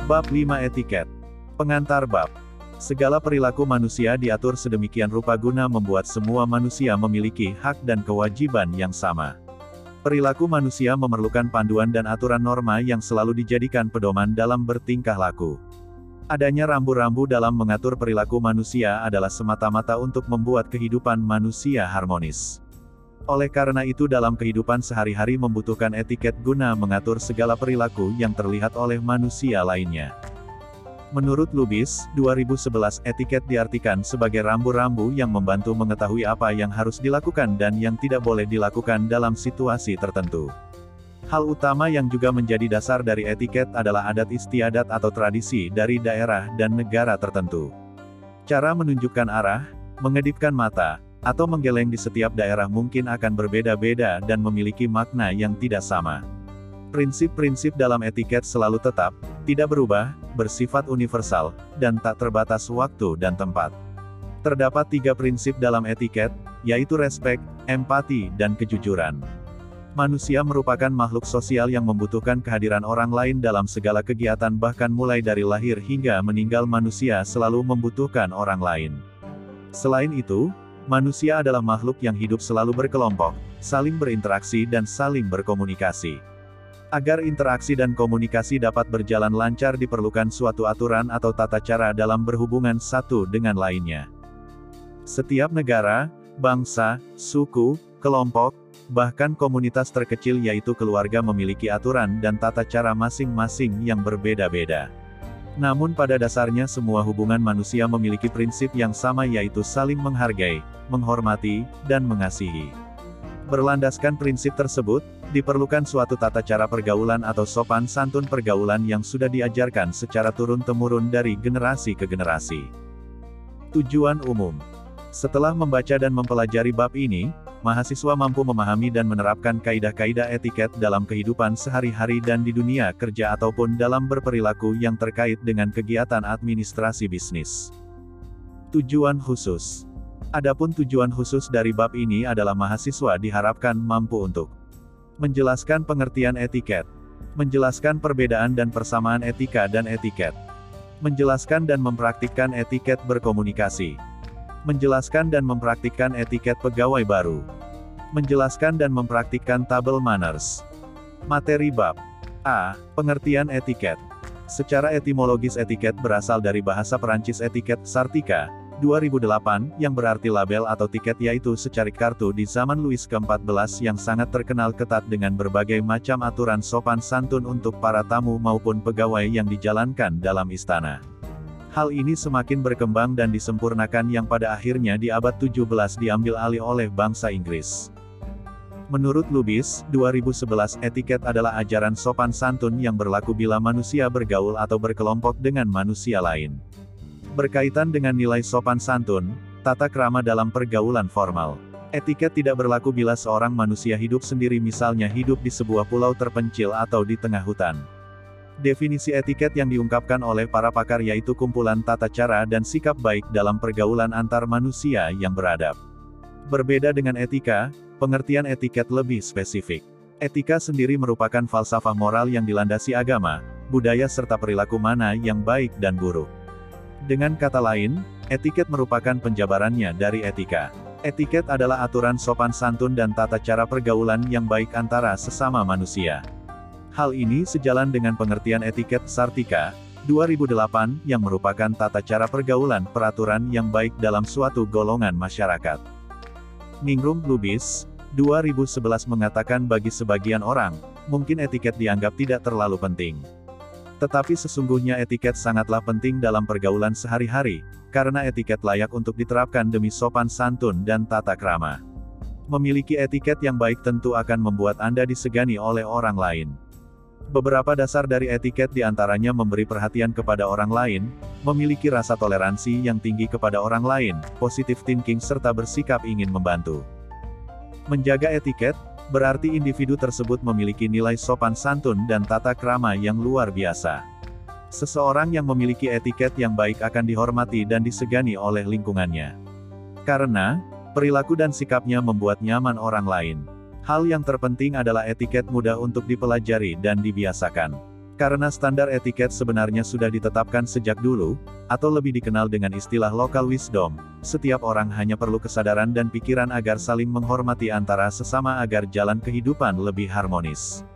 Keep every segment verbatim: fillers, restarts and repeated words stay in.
Bab lima Etiket. Pengantar bab. Segala perilaku manusia diatur sedemikian rupa guna membuat semua manusia memiliki hak dan kewajiban yang sama. Perilaku manusia memerlukan panduan dan aturan norma yang selalu dijadikan pedoman dalam bertingkah laku. Adanya rambu-rambu dalam mengatur perilaku manusia adalah semata-mata untuk membuat kehidupan manusia harmonis. Oleh karena itu dalam kehidupan sehari-hari membutuhkan etiket guna mengatur segala perilaku yang terlihat oleh manusia lainnya. Menurut Lubis, dua ribu sebelas, etiket diartikan sebagai rambu-rambu yang membantu mengetahui apa yang harus dilakukan dan yang tidak boleh dilakukan dalam situasi tertentu. Hal utama yang juga menjadi dasar dari etiket adalah adat istiadat atau tradisi dari daerah dan negara tertentu. Cara menunjukkan arah, mengedipkan mata, atau menggeleng di setiap daerah mungkin akan berbeda-beda dan memiliki makna yang tidak sama. Prinsip-prinsip dalam etiket selalu tetap, tidak berubah, bersifat universal, dan tak terbatas waktu dan tempat. Terdapat tiga prinsip dalam etiket, yaitu respek, empati, dan kejujuran. Manusia merupakan makhluk sosial yang membutuhkan kehadiran orang lain dalam segala kegiatan bahkan mulai dari lahir hingga meninggal manusia selalu membutuhkan orang lain. Selain itu, manusia adalah makhluk yang hidup selalu berkelompok, saling berinteraksi dan saling berkomunikasi. Agar interaksi dan komunikasi dapat berjalan lancar diperlukan suatu aturan atau tata cara dalam berhubungan satu dengan lainnya. Setiap negara, bangsa, suku, kelompok, bahkan komunitas terkecil yaitu keluarga memiliki aturan dan tata cara masing-masing yang berbeda-beda. Namun pada dasarnya semua hubungan manusia memiliki prinsip yang sama yaitu saling menghargai, menghormati, dan mengasihi. Berlandaskan prinsip tersebut, diperlukan suatu tata cara pergaulan atau sopan santun pergaulan yang sudah diajarkan secara turun-temurun dari generasi ke generasi. Tujuan umum. Setelah membaca dan mempelajari bab ini, mahasiswa mampu memahami dan menerapkan kaidah-kaidah etiket dalam kehidupan sehari-hari dan di dunia kerja ataupun dalam berperilaku yang terkait dengan kegiatan administrasi bisnis. Tujuan khusus. Adapun tujuan khusus dari bab ini adalah mahasiswa diharapkan mampu untuk menjelaskan pengertian etiket, menjelaskan perbedaan dan persamaan etika dan etiket, menjelaskan dan mempraktikkan etiket berkomunikasi, menjelaskan dan mempraktikkan etiket pegawai baru, menjelaskan dan mempraktikkan tabel manners. Materi bab A. Pengertian etiket. Secara etimologis etiket berasal dari bahasa Perancis etiket, sartika, dua ribu delapan, yang berarti label atau tiket yaitu secarik kartu di zaman Louis keempat belas yang sangat terkenal ketat dengan berbagai macam aturan sopan santun untuk para tamu maupun pegawai yang dijalankan dalam istana. Hal ini semakin berkembang dan disempurnakan yang pada akhirnya di abad tujuh belas diambil alih oleh bangsa Inggris. Menurut Lubis, dua ribu sebelas, etiket adalah ajaran sopan santun yang berlaku bila manusia bergaul atau berkelompok dengan manusia lain. Berkaitan dengan nilai sopan santun, tata krama dalam pergaulan formal. Etiket tidak berlaku bila seorang manusia hidup sendiri misalnya hidup di sebuah pulau terpencil atau di tengah hutan. Definisi etiket yang diungkapkan oleh para pakar yaitu kumpulan tata cara dan sikap baik dalam pergaulan antar manusia yang beradab. Berbeda dengan etika, pengertian etiket lebih spesifik. Etika sendiri merupakan falsafah moral yang dilandasi agama, budaya serta perilaku mana yang baik dan buruk. Dengan kata lain, etiket merupakan penjabarannya dari etika. Etiket adalah aturan sopan santun dan tata cara pergaulan yang baik antara sesama manusia. Hal ini sejalan dengan pengertian etiket Sartika, dua ribu delapan, yang merupakan tata cara pergaulan peraturan yang baik dalam suatu golongan masyarakat. Ningrum Lubis, dua ribu sebelas mengatakan bagi sebagian orang, mungkin etiket dianggap tidak terlalu penting. Tetapi sesungguhnya etiket sangatlah penting dalam pergaulan sehari-hari, karena etiket layak untuk diterapkan demi sopan santun dan tata krama. Memiliki etiket yang baik tentu akan membuat Anda disegani oleh orang lain. Beberapa dasar dari etiket diantaranya memberi perhatian kepada orang lain, memiliki rasa toleransi yang tinggi kepada orang lain, positive thinking serta bersikap ingin membantu. Menjaga etiket, berarti individu tersebut memiliki nilai sopan santun dan tata krama yang luar biasa. Seseorang yang memiliki etiket yang baik akan dihormati dan disegani oleh lingkungannya. Karena, perilaku dan sikapnya membuat nyaman orang lain. Hal yang terpenting adalah etiket mudah untuk dipelajari dan dibiasakan. Karena standar etiket sebenarnya sudah ditetapkan sejak dulu, atau lebih dikenal dengan istilah local wisdom, setiap orang hanya perlu kesadaran dan pikiran agar saling menghormati antara sesama agar jalan kehidupan lebih harmonis.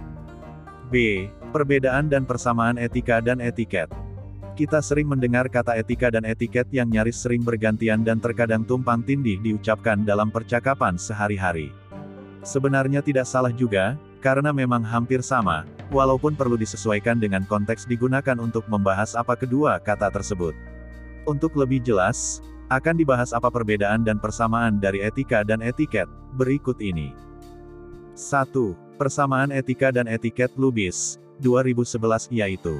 B. Perbedaan dan persamaan etika dan etiket. Kita sering mendengar kata etika dan etiket yang nyaris sering bergantian dan terkadang tumpang tindih diucapkan dalam percakapan sehari-hari. Sebenarnya tidak salah juga, karena memang hampir sama, walaupun perlu disesuaikan dengan konteks digunakan untuk membahas apa kedua kata tersebut. Untuk lebih jelas, akan dibahas apa perbedaan dan persamaan dari etika dan etiket, berikut ini. satu. Persamaan etika dan etiket Lubis, dua ribu sebelas yaitu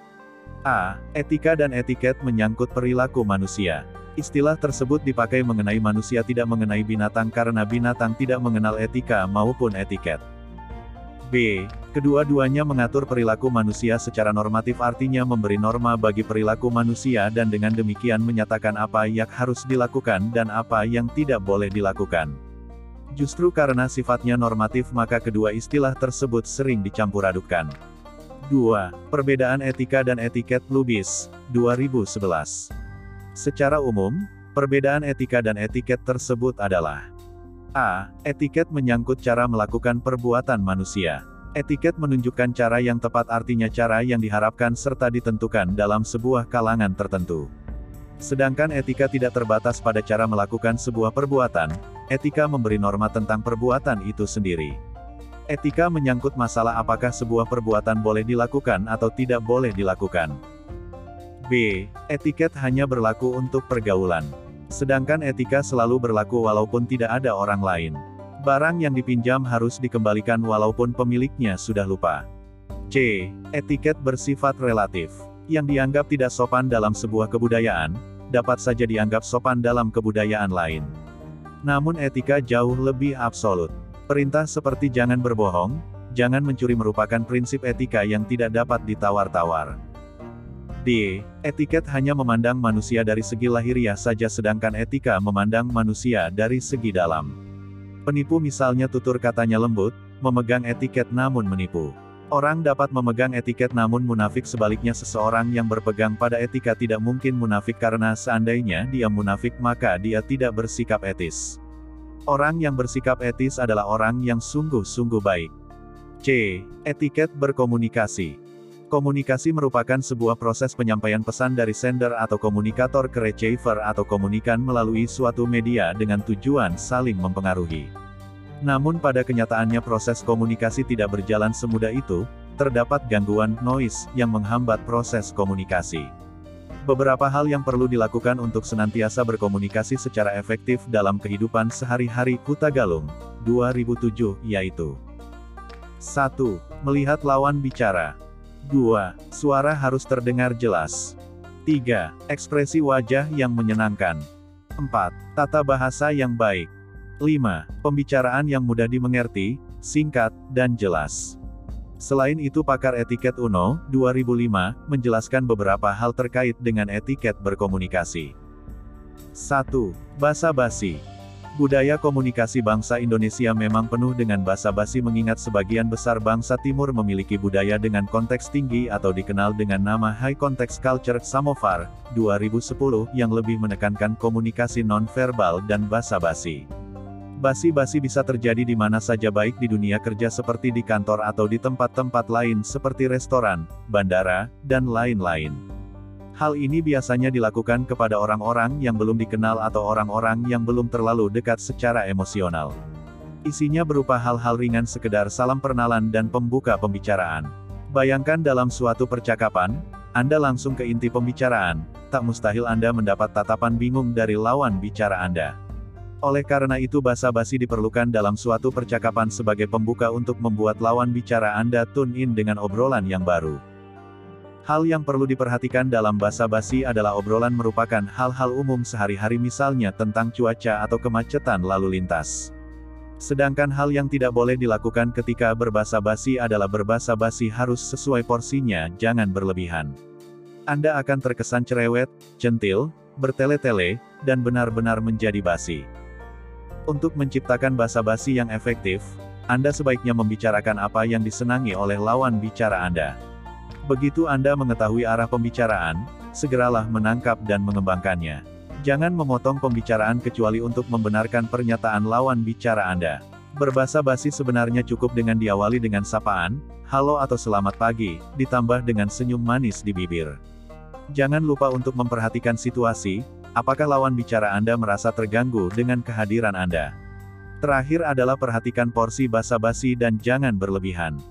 A. Etika dan etiket menyangkut perilaku manusia. Istilah tersebut dipakai mengenai manusia tidak mengenai binatang karena binatang tidak mengenal etika maupun etiket. B. Kedua-duanya mengatur perilaku manusia secara normatif artinya memberi norma bagi perilaku manusia dan dengan demikian menyatakan apa yang harus dilakukan dan apa yang tidak boleh dilakukan. Justru karena sifatnya normatif maka kedua istilah tersebut sering dicampur-adukkan. dua. Perbedaan etika dan etiket Lubis, dua ribu sebelas. Secara umum, perbedaan etika dan etiket tersebut adalah A. Etiket menyangkut cara melakukan perbuatan manusia. Etiket menunjukkan cara yang tepat artinya cara yang diharapkan serta ditentukan dalam sebuah kalangan tertentu. Sedangkan etika tidak terbatas pada cara melakukan sebuah perbuatan, etika memberi norma tentang perbuatan itu sendiri. Etika menyangkut masalah apakah sebuah perbuatan boleh dilakukan atau tidak boleh dilakukan. B. Etiket hanya berlaku untuk pergaulan. Sedangkan etika selalu berlaku walaupun tidak ada orang lain. Barang yang dipinjam harus dikembalikan walaupun pemiliknya sudah lupa. C. Etiket bersifat relatif. Yang dianggap tidak sopan dalam sebuah kebudayaan, dapat saja dianggap sopan dalam kebudayaan lain. Namun etika jauh lebih absolut. Perintah seperti jangan berbohong, jangan mencuri merupakan prinsip etika yang tidak dapat ditawar-tawar. D. Etiket hanya memandang manusia dari segi lahiriah saja sedangkan etika memandang manusia dari segi dalam. Penipu misalnya tutur katanya lembut, memegang etiket namun menipu. Orang dapat memegang etiket namun munafik sebaliknya seseorang yang berpegang pada etika tidak mungkin munafik karena seandainya dia munafik maka dia tidak bersikap etis. Orang yang bersikap etis adalah orang yang sungguh-sungguh baik. C. Etiket berkomunikasi. Komunikasi merupakan sebuah proses penyampaian pesan dari sender atau komunikator ke receiver atau komunikan melalui suatu media dengan tujuan saling mempengaruhi. Namun pada kenyataannya proses komunikasi tidak berjalan semudah itu, terdapat gangguan noise yang menghambat proses komunikasi. Beberapa hal yang perlu dilakukan untuk senantiasa berkomunikasi secara efektif dalam kehidupan sehari-hari Huta Galung, dua ribu tujuh yaitu satu. Melihat lawan bicara. dua. Suara harus terdengar jelas. tiga. Ekspresi wajah yang menyenangkan. empat. Tata bahasa yang baik. lima. Pembicaraan yang mudah dimengerti, singkat, dan jelas. Selain itu pakar etiket U N O, dua ribu lima, menjelaskan beberapa hal terkait dengan etiket berkomunikasi. satu. Basa-basi. Budaya komunikasi bangsa Indonesia memang penuh dengan basa-basi mengingat sebagian besar bangsa Timur memiliki budaya dengan konteks tinggi atau dikenal dengan nama High Context Culture Samovar, dua ribu sepuluh, yang lebih menekankan komunikasi non-verbal dan basa-basi. Basi-basi bisa terjadi di mana saja baik di dunia kerja seperti di kantor atau di tempat-tempat lain seperti restoran, bandara, dan lain-lain. Hal ini biasanya dilakukan kepada orang-orang yang belum dikenal atau orang-orang yang belum terlalu dekat secara emosional. Isinya berupa hal-hal ringan sekedar salam perkenalan dan pembuka pembicaraan. Bayangkan dalam suatu percakapan, Anda langsung ke inti pembicaraan, tak mustahil Anda mendapat tatapan bingung dari lawan bicara Anda. Oleh karena itu basa-basi diperlukan dalam suatu percakapan sebagai pembuka untuk membuat lawan bicara Anda tune in dengan obrolan yang baru. Hal yang perlu diperhatikan dalam basa-basi adalah obrolan merupakan hal-hal umum sehari-hari misalnya tentang cuaca atau kemacetan lalu lintas. Sedangkan hal yang tidak boleh dilakukan ketika berbasa-basi adalah berbasa-basi harus sesuai porsinya, jangan berlebihan. Anda akan terkesan cerewet, centil, bertele-tele, dan benar-benar menjadi basi. Untuk menciptakan basa-basi yang efektif, Anda sebaiknya membicarakan apa yang disenangi oleh lawan bicara Anda. Begitu Anda mengetahui arah pembicaraan, segeralah menangkap dan mengembangkannya. Jangan memotong pembicaraan kecuali untuk membenarkan pernyataan lawan bicara Anda. Berbasa basi sebenarnya cukup dengan diawali dengan sapaan, halo atau selamat pagi, ditambah dengan senyum manis di bibir. Jangan lupa untuk memperhatikan situasi, apakah lawan bicara Anda merasa terganggu dengan kehadiran Anda. Terakhir adalah perhatikan porsi basa-basi dan jangan berlebihan.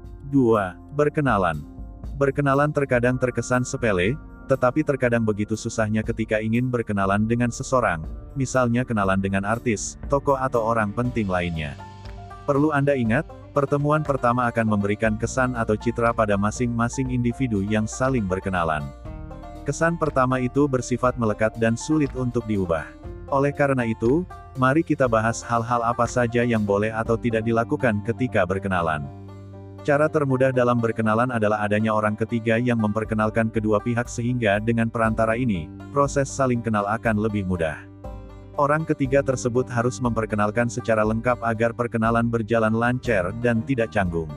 dua. Berkenalan. Berkenalan terkadang terkesan sepele, tetapi terkadang begitu susahnya ketika ingin berkenalan dengan seseorang, misalnya kenalan dengan artis, tokoh atau orang penting lainnya. Perlu Anda ingat, pertemuan pertama akan memberikan kesan atau citra pada masing-masing individu yang saling berkenalan. Kesan pertama itu bersifat melekat dan sulit untuk diubah. Oleh karena itu, mari kita bahas hal-hal apa saja yang boleh atau tidak dilakukan ketika berkenalan. Cara termudah dalam berkenalan adalah adanya orang ketiga yang memperkenalkan kedua pihak sehingga dengan perantara ini, proses saling kenal akan lebih mudah. Orang ketiga tersebut harus memperkenalkan secara lengkap agar perkenalan berjalan lancar dan tidak canggung.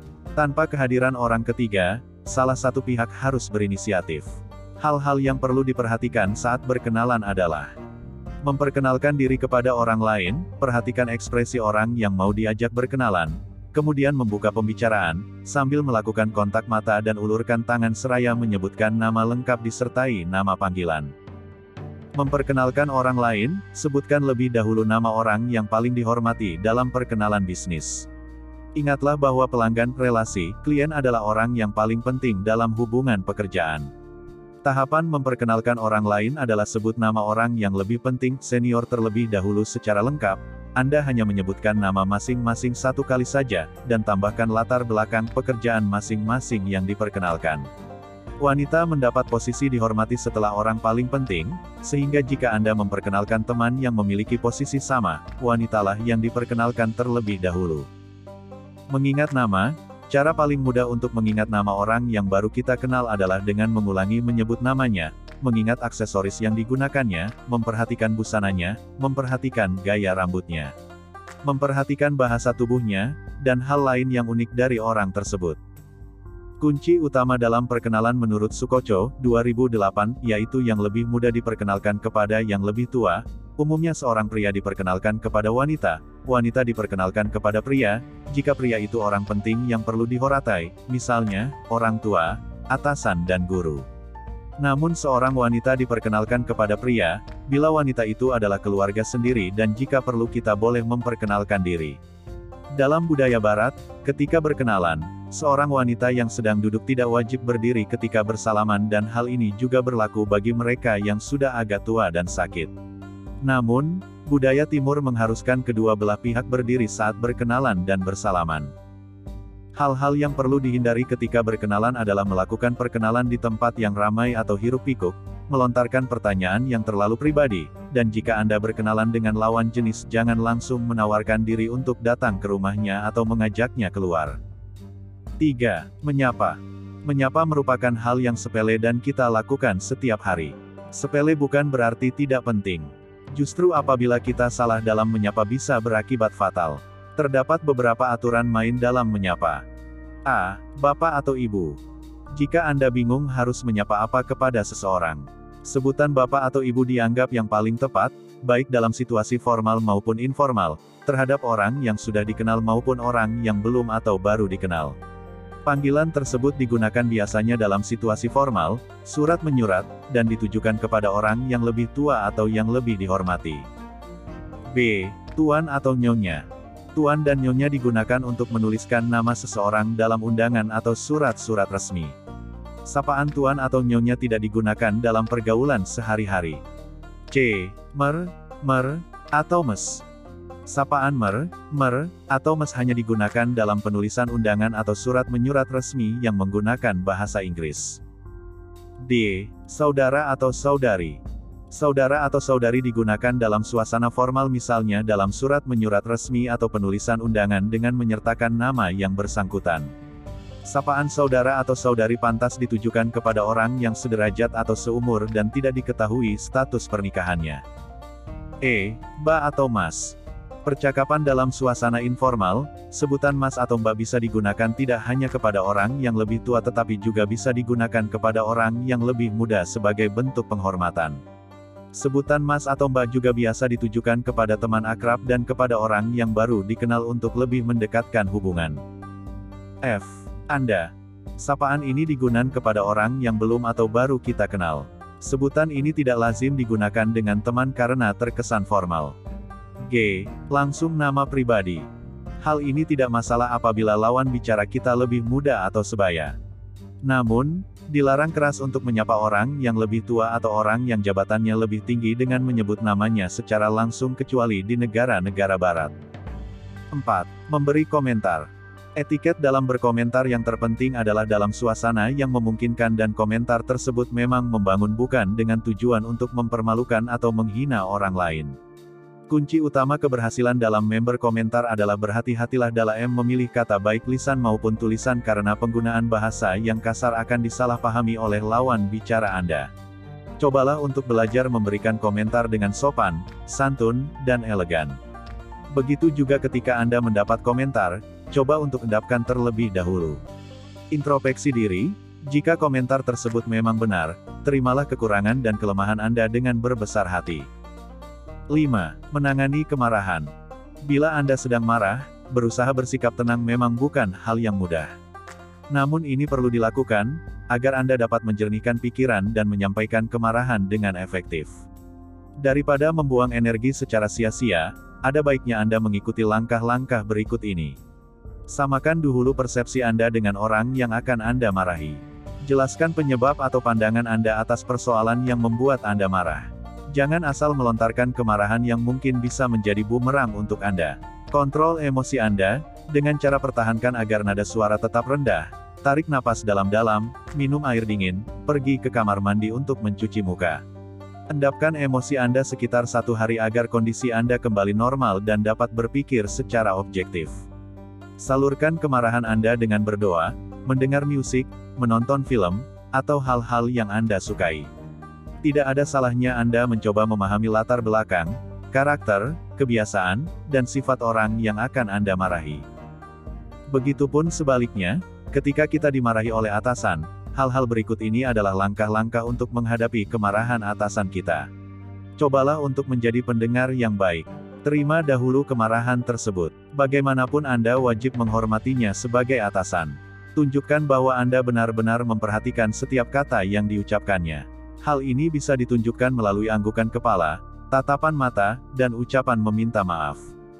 Tanpa kehadiran orang ketiga, salah satu pihak harus berinisiatif. Hal-hal yang perlu diperhatikan saat berkenalan adalah memperkenalkan diri kepada orang lain, perhatikan ekspresi orang yang mau diajak berkenalan, kemudian membuka pembicaraan, sambil melakukan kontak mata dan ulurkan tangan seraya menyebutkan nama lengkap disertai nama panggilan. Memperkenalkan orang lain, sebutkan lebih dahulu nama orang yang paling dihormati dalam perkenalan bisnis. Ingatlah bahwa pelanggan, relasi, klien adalah orang yang paling penting dalam hubungan pekerjaan. Tahapan memperkenalkan orang lain adalah sebut nama orang yang lebih penting, senior terlebih dahulu secara lengkap. Anda hanya menyebutkan nama masing-masing satu kali saja, dan tambahkan latar belakang pekerjaan masing-masing yang diperkenalkan. Wanita mendapat posisi dihormati setelah orang paling penting, sehingga jika Anda memperkenalkan teman yang memiliki posisi sama, wanitalah yang diperkenalkan terlebih dahulu. Mengingat nama. Cara paling mudah untuk mengingat nama orang yang baru kita kenal adalah dengan mengulangi menyebut namanya, mengingat aksesoris yang digunakannya, memperhatikan busananya, memperhatikan gaya rambutnya, memperhatikan bahasa tubuhnya, dan hal lain yang unik dari orang tersebut. Kunci utama dalam perkenalan menurut Sukoco, dua ribu delapan, yaitu yang lebih mudah diperkenalkan kepada yang lebih tua. Umumnya seorang pria diperkenalkan kepada wanita, wanita diperkenalkan kepada pria, jika pria itu orang penting yang perlu dihormatai, misalnya, orang tua, atasan dan guru. Namun seorang wanita diperkenalkan kepada pria, bila wanita itu adalah keluarga sendiri dan jika perlu kita boleh memperkenalkan diri. Dalam budaya barat, ketika berkenalan, seorang wanita yang sedang duduk tidak wajib berdiri ketika bersalaman dan hal ini juga berlaku bagi mereka yang sudah agak tua dan sakit. Namun, budaya timur mengharuskan kedua belah pihak berdiri saat berkenalan dan bersalaman. Hal-hal yang perlu dihindari ketika berkenalan adalah melakukan perkenalan di tempat yang ramai atau hiruk-pikuk, melontarkan pertanyaan yang terlalu pribadi, dan jika Anda berkenalan dengan lawan jenis jangan langsung menawarkan diri untuk datang ke rumahnya atau mengajaknya keluar. tiga. Menyapa. Menyapa merupakan hal yang sepele dan kita lakukan setiap hari. Sepele bukan berarti tidak penting. Justru apabila kita salah dalam menyapa bisa berakibat fatal. Terdapat beberapa aturan main dalam menyapa. A. Bapak atau Ibu. Jika Anda bingung harus menyapa apa kepada seseorang, sebutan Bapak atau Ibu dianggap yang paling tepat, baik dalam situasi formal maupun informal, terhadap orang yang sudah dikenal maupun orang yang belum atau baru dikenal. Panggilan tersebut digunakan biasanya dalam situasi formal, surat menyurat, dan ditujukan kepada orang yang lebih tua atau yang lebih dihormati. B. Tuan atau Nyonya. Tuan dan Nyonya digunakan untuk menuliskan nama seseorang dalam undangan atau surat-surat resmi. Sapaan Tuan atau Nyonya tidak digunakan dalam pergaulan sehari-hari. C. Mer, Mer, atau Mes. Sapaan mer, mer, atau mes hanya digunakan dalam penulisan undangan atau surat menyurat resmi yang menggunakan bahasa Inggris. D. Saudara atau saudari. Saudara atau saudari digunakan dalam suasana formal misalnya dalam surat menyurat resmi atau penulisan undangan dengan menyertakan nama yang bersangkutan. Sapaan saudara atau saudari pantas ditujukan kepada orang yang sederajat atau seumur dan tidak diketahui status pernikahannya. E. Ba atau Mas. Percakapan dalam suasana informal, sebutan Mas atau Mbak bisa digunakan tidak hanya kepada orang yang lebih tua tetapi juga bisa digunakan kepada orang yang lebih muda sebagai bentuk penghormatan. Sebutan Mas atau Mbak juga biasa ditujukan kepada teman akrab dan kepada orang yang baru dikenal untuk lebih mendekatkan hubungan. F. Anda. Sapaan ini digunakan kepada orang yang belum atau baru kita kenal. Sebutan ini tidak lazim digunakan dengan teman karena terkesan formal. G. Langsung nama pribadi. Hal ini tidak masalah apabila lawan bicara kita lebih muda atau sebaya. Namun, dilarang keras untuk menyapa orang yang lebih tua atau orang yang jabatannya lebih tinggi dengan menyebut namanya secara langsung kecuali di negara-negara barat. empat. Memberi komentar. Etiket dalam berkomentar yang terpenting adalah dalam suasana yang memungkinkan dan komentar tersebut memang membangun bukan dengan tujuan untuk mempermalukan atau menghina orang lain. Kunci utama keberhasilan dalam member komentar adalah berhati-hatilah dalam memilih kata baik lisan maupun tulisan karena penggunaan bahasa yang kasar akan disalahpahami oleh lawan bicara Anda. Cobalah untuk belajar memberikan komentar dengan sopan, santun, dan elegan. Begitu juga ketika Anda mendapat komentar, coba untuk endapkan terlebih dahulu. Introspeksi diri, jika komentar tersebut memang benar, terimalah kekurangan dan kelemahan Anda dengan berbesar hati. lima. Menangani kemarahan. Bila Anda sedang marah, berusaha bersikap tenang memang bukan hal yang mudah. Namun ini perlu dilakukan, agar Anda dapat menjernihkan pikiran dan menyampaikan kemarahan dengan efektif. Daripada membuang energi secara sia-sia, ada baiknya Anda mengikuti langkah-langkah berikut ini. Samakan dahulu persepsi Anda dengan orang yang akan Anda marahi. Jelaskan penyebab atau pandangan Anda atas persoalan yang membuat Anda marah. Jangan asal melontarkan kemarahan yang mungkin bisa menjadi bumerang untuk Anda. Kontrol emosi Anda, dengan cara pertahankan agar nada suara tetap rendah. Tarik napas dalam-dalam, minum air dingin, pergi ke kamar mandi untuk mencuci muka. Endapkan emosi Anda sekitar satu hari agar kondisi Anda kembali normal dan dapat berpikir secara objektif. Salurkan kemarahan Anda dengan berdoa, mendengar musik, menonton film, atau hal-hal yang Anda sukai. Tidak ada salahnya Anda mencoba memahami latar belakang, karakter, kebiasaan, dan sifat orang yang akan Anda marahi. Begitupun sebaliknya, ketika kita dimarahi oleh atasan, hal-hal berikut ini adalah langkah-langkah untuk menghadapi kemarahan atasan kita. Cobalah untuk menjadi pendengar yang baik. Terima dahulu kemarahan tersebut. Bagaimanapun Anda wajib menghormatinya sebagai atasan. Tunjukkan bahwa Anda benar-benar memperhatikan setiap kata yang diucapkannya. Hal ini bisa ditunjukkan melalui anggukan kepala, tatapan mata, dan ucapan meminta maaf.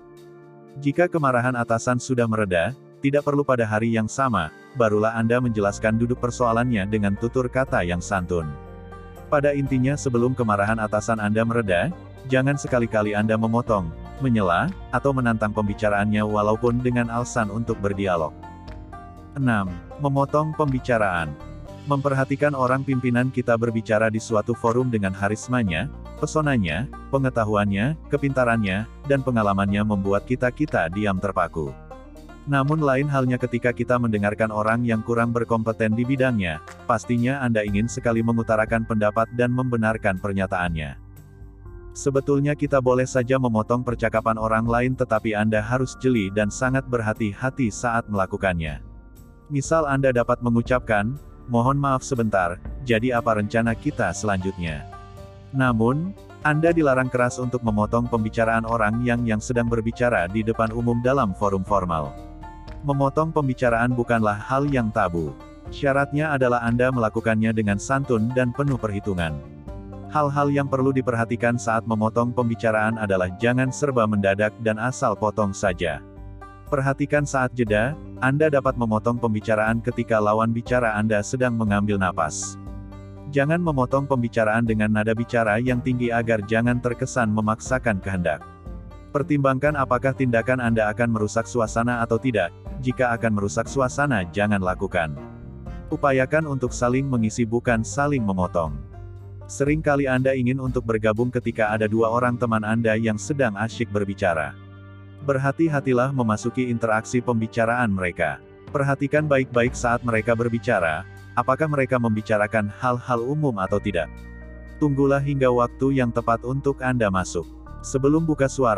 Jika kemarahan atasan sudah mereda, tidak perlu pada hari yang sama, barulah Anda menjelaskan duduk persoalannya dengan tutur kata yang santun. Pada intinya sebelum kemarahan atasan Anda mereda, jangan sekali-kali Anda memotong, menyela, atau menantang pembicaraannya walaupun dengan alasan untuk berdialog. enam. Memotong pembicaraan. Memperhatikan orang pimpinan kita berbicara di suatu forum dengan harismanya, pesonanya, pengetahuannya, kepintarannya, dan pengalamannya membuat kita-kita diam terpaku. Namun lain halnya ketika kita mendengarkan orang yang kurang berkompeten di bidangnya, pastinya Anda ingin sekali mengutarakan pendapat dan membenarkan pernyataannya. Sebetulnya kita boleh saja memotong percakapan orang lain tetapi Anda harus jeli dan sangat berhati-hati saat melakukannya. Misal Anda dapat mengucapkan, "Mohon maaf sebentar, jadi apa rencana kita selanjutnya?" Namun, Anda dilarang keras untuk memotong pembicaraan orang yang yang sedang berbicara di depan umum dalam forum formal. Memotong pembicaraan bukanlah hal yang tabu. Syaratnya adalah Anda melakukannya dengan santun dan penuh perhitungan. Hal-hal yang perlu diperhatikan saat memotong pembicaraan adalah jangan serba mendadak dan asal potong saja. Perhatikan saat jeda, Anda dapat memotong pembicaraan ketika lawan bicara Anda sedang mengambil napas. Jangan memotong pembicaraan dengan nada bicara yang tinggi agar jangan terkesan memaksakan kehendak. Pertimbangkan apakah tindakan Anda akan merusak suasana atau tidak. Jika akan merusak suasana, jangan lakukan. Upayakan untuk saling mengisi bukan saling memotong. Sering kali Anda ingin untuk bergabung ketika ada dua orang teman Anda yang sedang asyik berbicara. Berhati-hatilah memasuki interaksi pembicaraan mereka. Perhatikan baik-baik saat mereka berbicara, apakah mereka membicarakan hal-hal umum atau tidak. Tunggulah hingga waktu yang tepat untuk Anda masuk. Sebelum buka suara,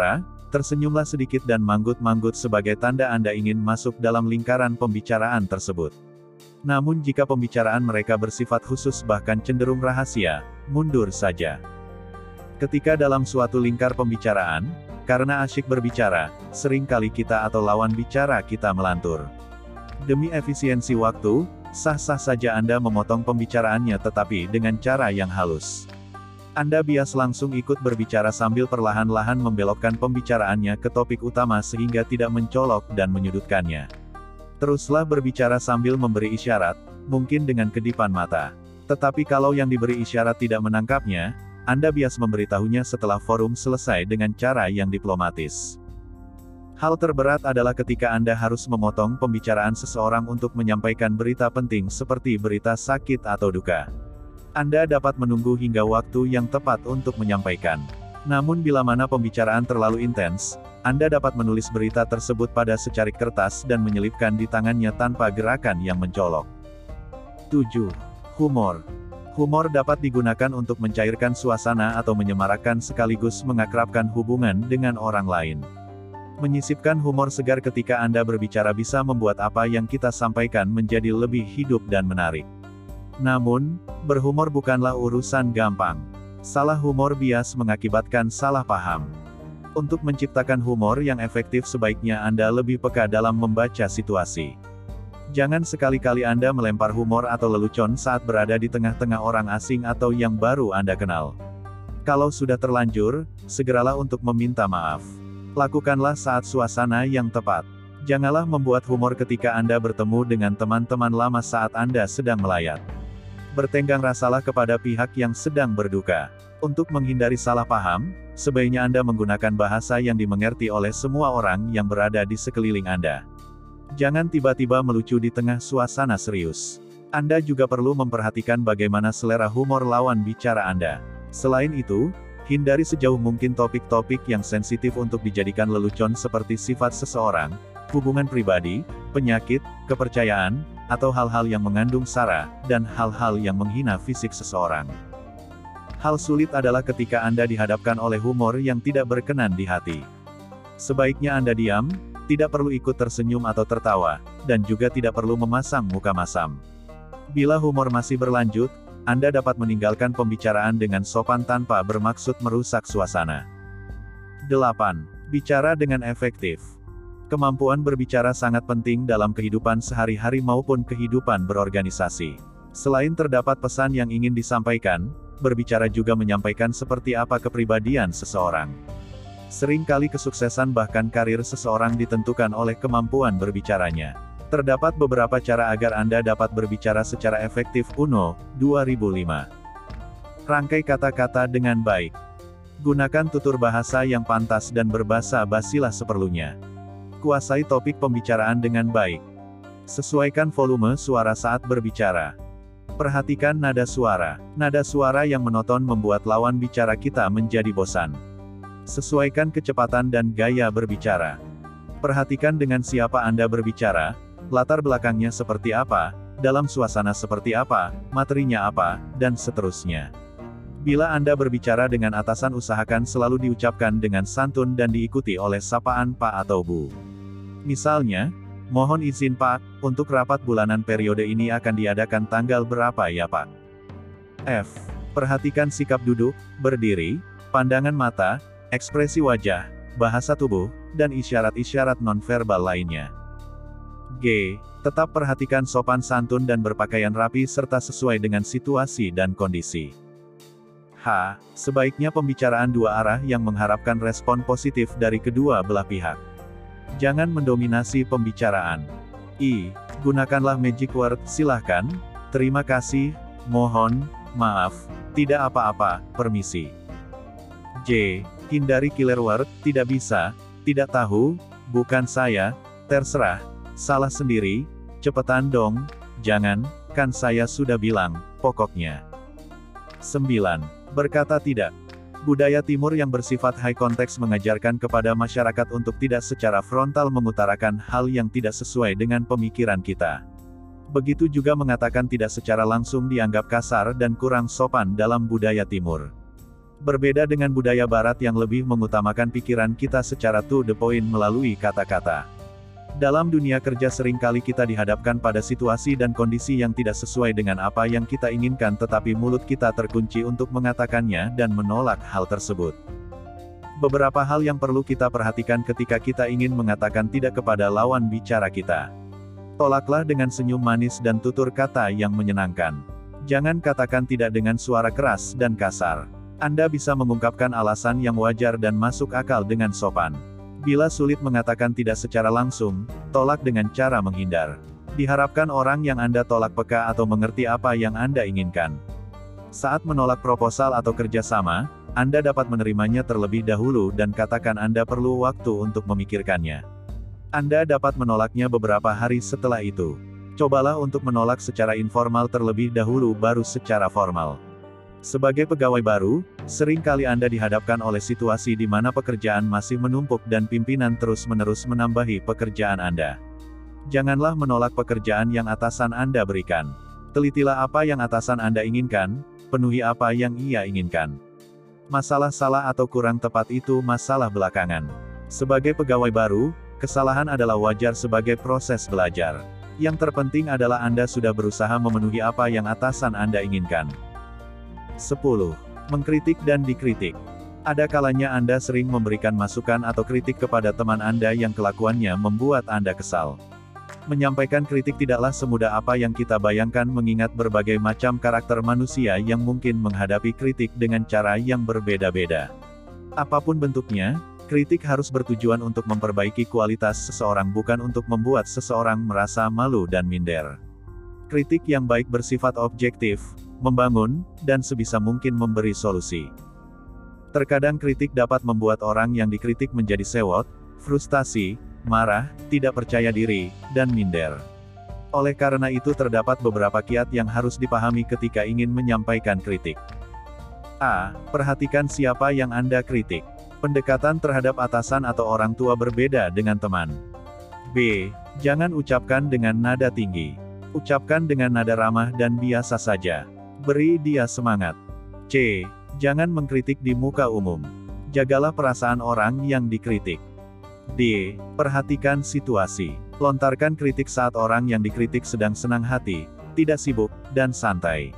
Tersenyumlah sedikit dan manggut-manggut sebagai tanda Anda ingin masuk dalam lingkaran pembicaraan tersebut. Namun jika pembicaraan mereka bersifat khusus bahkan cenderung rahasia, mundur saja. Ketika dalam suatu lingkar pembicaraan, karena asyik berbicara, sering kali kita atau lawan bicara kita melantur. Demi efisiensi waktu, sah-sah saja Anda memotong pembicaraannya tetapi dengan cara yang halus. Anda bias langsung ikut berbicara sambil perlahan-lahan membelokkan pembicaraannya ke topik utama sehingga tidak mencolok dan menyudutkannya. Teruslah berbicara sambil memberi isyarat, mungkin dengan kedipan mata. Tetapi kalau yang diberi isyarat tidak menangkapnya, Anda bias memberitahunya setelah forum selesai dengan cara yang diplomatis. Hal terberat adalah ketika Anda harus memotong pembicaraan seseorang untuk menyampaikan berita penting seperti berita sakit atau duka. Anda dapat menunggu hingga waktu yang tepat untuk menyampaikan. Namun bila mana pembicaraan terlalu intens, Anda dapat menulis berita tersebut pada secarik kertas dan menyelipkan di tangannya tanpa gerakan yang mencolok. tujuh. Humor. Humor dapat digunakan untuk mencairkan suasana atau menyemarakkan sekaligus mengakrabkan hubungan dengan orang lain. Menyisipkan humor segar ketika Anda berbicara bisa membuat apa yang kita sampaikan menjadi lebih hidup dan menarik. Namun, berhumor bukanlah urusan gampang. Salah humor bias mengakibatkan salah paham. Untuk menciptakan humor yang efektif sebaiknya Anda lebih peka dalam membaca situasi. Jangan sekali-kali Anda melempar humor atau lelucon saat berada di tengah-tengah orang asing atau yang baru Anda kenal. Kalau sudah terlanjur, segeralah untuk meminta maaf. Lakukanlah saat suasana yang tepat. Janganlah membuat humor ketika Anda bertemu dengan teman-teman lama saat Anda sedang melayat. Bertenggang rasalah kepada pihak yang sedang berduka. Untuk menghindari salah paham, sebaiknya Anda menggunakan bahasa yang dimengerti oleh semua orang yang berada di sekeliling Anda. Jangan tiba-tiba melucu di tengah suasana serius. Anda juga perlu memperhatikan bagaimana selera humor lawan bicara Anda. Selain itu, hindari sejauh mungkin topik-topik yang sensitif untuk dijadikan lelucon seperti sifat seseorang, hubungan pribadi, penyakit, kepercayaan, atau hal-hal yang mengandung sara, dan hal-hal yang menghina fisik seseorang. Hal sulit adalah ketika Anda dihadapkan oleh humor yang tidak berkenan di hati. Sebaiknya Anda diam, tidak perlu ikut tersenyum atau tertawa, dan juga tidak perlu memasang muka masam. Bila humor masih berlanjut, Anda dapat meninggalkan pembicaraan dengan sopan tanpa bermaksud merusak suasana. delapan. Bicara dengan efektif. Kemampuan berbicara sangat penting dalam kehidupan sehari-hari maupun kehidupan berorganisasi. Selain terdapat pesan yang ingin disampaikan, berbicara juga menyampaikan seperti apa kepribadian seseorang. Seringkali kesuksesan bahkan karir seseorang ditentukan oleh kemampuan berbicaranya. Terdapat beberapa cara agar Anda dapat berbicara secara efektif. satu. dua ribu lima. Rangkai kata-kata dengan baik. Gunakan tutur bahasa yang pantas dan berbahasa basilah seperlunya. Kuasai topik pembicaraan dengan baik. Sesuaikan volume suara saat berbicara. Perhatikan nada suara. Nada suara yang monoton membuat lawan bicara kita menjadi bosan. Sesuaikan kecepatan dan gaya berbicara. Perhatikan dengan siapa Anda berbicara, latar belakangnya seperti apa, dalam suasana seperti apa, materinya apa, dan seterusnya. Bila Anda berbicara dengan atasan usahakan selalu diucapkan dengan santun dan diikuti oleh sapaan Pak atau Bu. Misalnya, mohon izin Pak, untuk rapat bulanan periode ini akan diadakan tanggal berapa ya Pak? F. Perhatikan sikap duduk, berdiri, pandangan mata, ekspresi wajah, bahasa tubuh, dan isyarat-isyarat nonverbal lainnya. G. Tetap perhatikan sopan santun dan berpakaian rapi serta sesuai dengan situasi dan kondisi. H. Sebaiknya pembicaraan dua arah yang mengharapkan respon positif dari kedua belah pihak. Jangan mendominasi pembicaraan. I. Gunakanlah magic word, silahkan, terima kasih, mohon, maaf, tidak apa-apa, permisi. J. Hindari killer word, tidak bisa, tidak tahu, bukan saya, terserah, salah sendiri, cepetan dong, jangan, kan saya sudah bilang, pokoknya. sembilan. Berkata tidak. Budaya timur yang bersifat high context mengajarkan kepada masyarakat untuk tidak secara frontal mengutarakan hal yang tidak sesuai dengan pemikiran kita. Begitu juga mengatakan tidak secara langsung dianggap kasar dan kurang sopan dalam budaya timur. Berbeda dengan budaya barat yang lebih mengutamakan pikiran kita secara to the point melalui kata-kata. Dalam dunia kerja seringkali kita dihadapkan pada situasi dan kondisi yang tidak sesuai dengan apa yang kita inginkan tetapi mulut kita terkunci untuk mengatakannya dan menolak hal tersebut. Beberapa hal yang perlu kita perhatikan ketika kita ingin mengatakan tidak kepada lawan bicara kita. Tolaklah dengan senyum manis dan tutur kata yang menyenangkan. Jangan katakan tidak dengan suara keras dan kasar. Anda bisa mengungkapkan alasan yang wajar dan masuk akal dengan sopan. Bila sulit mengatakan tidak secara langsung, tolak dengan cara menghindar. Diharapkan orang yang Anda tolak peka atau mengerti apa yang Anda inginkan. Saat menolak proposal atau kerjasama, Anda dapat menerimanya terlebih dahulu dan katakan Anda perlu waktu untuk memikirkannya. Anda dapat menolaknya beberapa hari setelah itu. Cobalah untuk menolak secara informal terlebih dahulu baru secara formal. Sebagai pegawai baru, sering kali Anda dihadapkan oleh situasi di mana pekerjaan masih menumpuk dan pimpinan terus-menerus menambahi pekerjaan Anda. Janganlah menolak pekerjaan yang atasan Anda berikan. Telitilah apa yang atasan Anda inginkan, penuhi apa yang ia inginkan. Masalah salah atau kurang tepat itu masalah belakangan. Sebagai pegawai baru, kesalahan adalah wajar sebagai proses belajar. Yang terpenting adalah Anda sudah berusaha memenuhi apa yang atasan Anda inginkan. sepuluh. Mengkritik dan dikritik. Ada kalanya Anda sering memberikan masukan atau kritik kepada teman Anda yang kelakuannya membuat Anda kesal. Menyampaikan kritik tidaklah semudah apa yang kita bayangkan mengingat berbagai macam karakter manusia yang mungkin menghadapi kritik dengan cara yang berbeda-beda. Apapun bentuknya, kritik harus bertujuan untuk memperbaiki kualitas seseorang bukan untuk membuat seseorang merasa malu dan minder. Kritik yang baik bersifat objektif, membangun, dan sebisa mungkin memberi solusi. Terkadang kritik dapat membuat orang yang dikritik menjadi sewot, frustasi, marah, tidak percaya diri, dan minder. Oleh karena itu terdapat beberapa kiat yang harus dipahami ketika ingin menyampaikan kritik. A. Perhatikan siapa yang Anda kritik. Pendekatan terhadap atasan atau orang tua berbeda dengan teman. B. Jangan ucapkan dengan nada tinggi. Ucapkan dengan nada ramah dan biasa saja. Beri dia semangat. C. Jangan mengkritik di muka umum. Jagalah perasaan orang yang dikritik. D. Perhatikan situasi. Lontarkan kritik saat orang yang dikritik sedang senang hati, tidak sibuk, dan santai.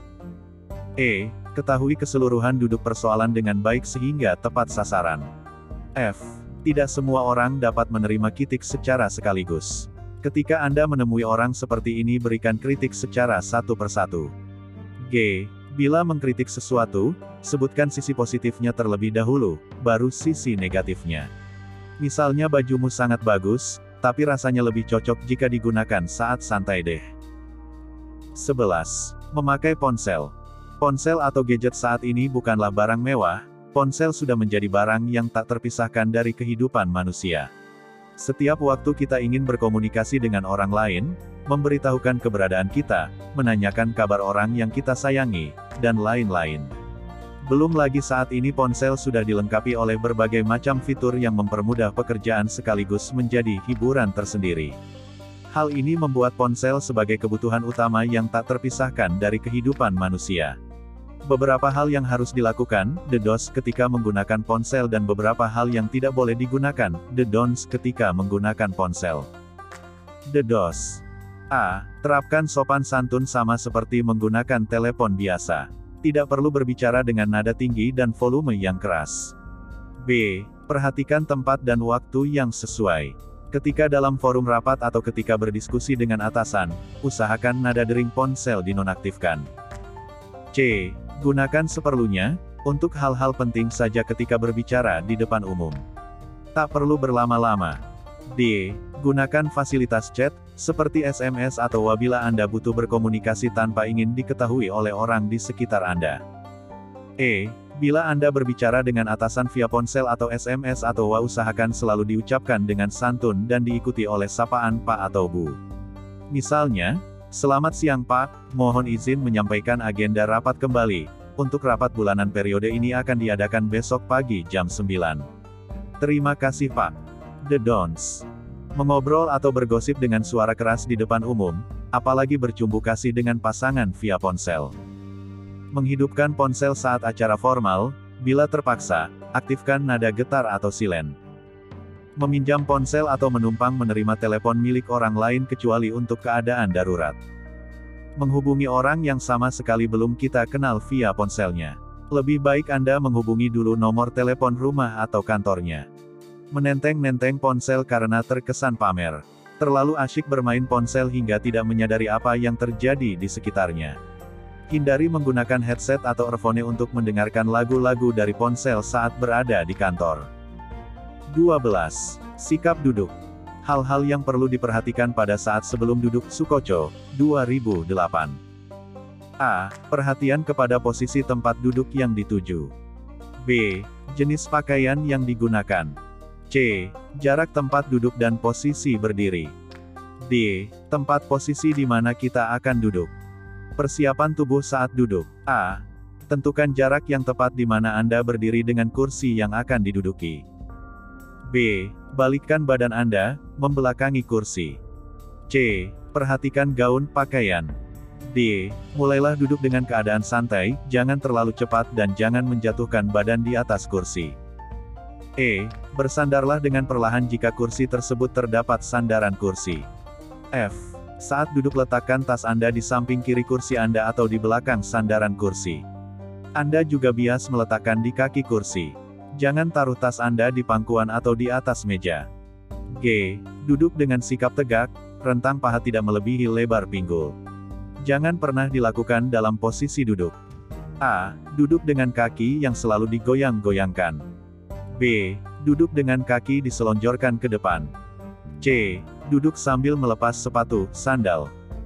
E. Ketahui keseluruhan duduk persoalan dengan baik sehingga tepat sasaran. F. Tidak semua orang dapat menerima kritik secara sekaligus. Ketika Anda menemui orang seperti ini berikan kritik secara satu persatu. G. Bila mengkritik sesuatu, sebutkan sisi positifnya terlebih dahulu, baru sisi negatifnya. Misalnya bajumu sangat bagus, tapi rasanya lebih cocok jika digunakan saat santai deh. sebelas. Memakai ponsel. Ponsel atau gadget saat ini bukanlah barang mewah, ponsel sudah menjadi barang yang tak terpisahkan dari kehidupan manusia. Setiap waktu kita ingin berkomunikasi dengan orang lain, memberitahukan keberadaan kita, menanyakan kabar orang yang kita sayangi, dan lain-lain. Belum lagi saat ini ponsel sudah dilengkapi oleh berbagai macam fitur yang mempermudah pekerjaan sekaligus menjadi hiburan tersendiri. Hal ini membuat ponsel sebagai kebutuhan utama yang tak terpisahkan dari kehidupan manusia. Beberapa hal yang harus dilakukan, the dos ketika menggunakan ponsel dan beberapa hal yang tidak boleh digunakan, the don'ts ketika menggunakan ponsel. The dos. A. Terapkan sopan santun sama seperti menggunakan telepon biasa. Tidak perlu berbicara dengan nada tinggi dan volume yang keras. B. Perhatikan tempat dan waktu yang sesuai. Ketika dalam forum rapat atau ketika berdiskusi dengan atasan, usahakan nada dering ponsel dinonaktifkan. C. Gunakan seperlunya, untuk hal-hal penting saja ketika berbicara di depan umum. Tak perlu berlama-lama. D. Gunakan fasilitas chat, seperti S M S atau apabila Anda butuh berkomunikasi tanpa ingin diketahui oleh orang di sekitar Anda. E. Bila Anda berbicara dengan atasan via ponsel atau S M S atau W A usahakan selalu diucapkan dengan santun dan diikuti oleh sapaan Pak atau Bu. Misalnya, selamat siang Pak, mohon izin menyampaikan agenda rapat kembali. Untuk rapat bulanan periode ini akan diadakan besok pagi jam sembilan. Terima kasih Pak. The don'ts. Mengobrol atau bergosip dengan suara keras di depan umum, apalagi bercumbu kasih dengan pasangan via ponsel. Menghidupkan ponsel saat acara formal, Bila terpaksa, aktifkan nada getar atau silen. Meminjam ponsel atau menumpang menerima telepon milik orang lain kecuali untuk keadaan darurat. Menghubungi orang yang sama sekali belum kita kenal via ponselnya. Lebih baik Anda menghubungi dulu nomor telepon rumah atau kantornya. Menenteng-nenteng ponsel karena terkesan pamer. Terlalu asyik bermain ponsel hingga tidak menyadari apa yang terjadi di sekitarnya. Hindari menggunakan headset atau earphone untuk mendengarkan lagu-lagu dari ponsel saat berada di kantor. dua belas. Sikap duduk. Hal-hal yang perlu diperhatikan pada saat sebelum duduk Sukoco, dua ribu delapan. A. Perhatian kepada posisi tempat duduk yang dituju. B. Jenis pakaian yang digunakan. C. Jarak tempat duduk dan posisi berdiri. D. Tempat posisi di mana kita akan duduk. Persiapan tubuh saat duduk. A. Tentukan jarak yang tepat di mana Anda berdiri dengan kursi yang akan diduduki. B. Balikkan badan Anda, membelakangi kursi. C. Perhatikan gaun pakaian. D. Mulailah duduk dengan keadaan santai, jangan terlalu cepat dan jangan menjatuhkan badan di atas kursi. E. Bersandarlah dengan perlahan jika kursi tersebut terdapat sandaran kursi. F. Saat duduk letakkan tas Anda di samping kiri kursi Anda atau di belakang sandaran kursi. Anda juga bias meletakkan di kaki kursi. Jangan taruh tas Anda di pangkuan atau di atas meja. G. Duduk dengan sikap tegak, rentang paha tidak melebihi lebar pinggul. Jangan pernah dilakukan dalam posisi duduk. A. Duduk dengan kaki yang selalu digoyang-goyangkan. B. Duduk dengan kaki diselonjorkan ke depan. C. Duduk sambil melepas sepatu, sandal.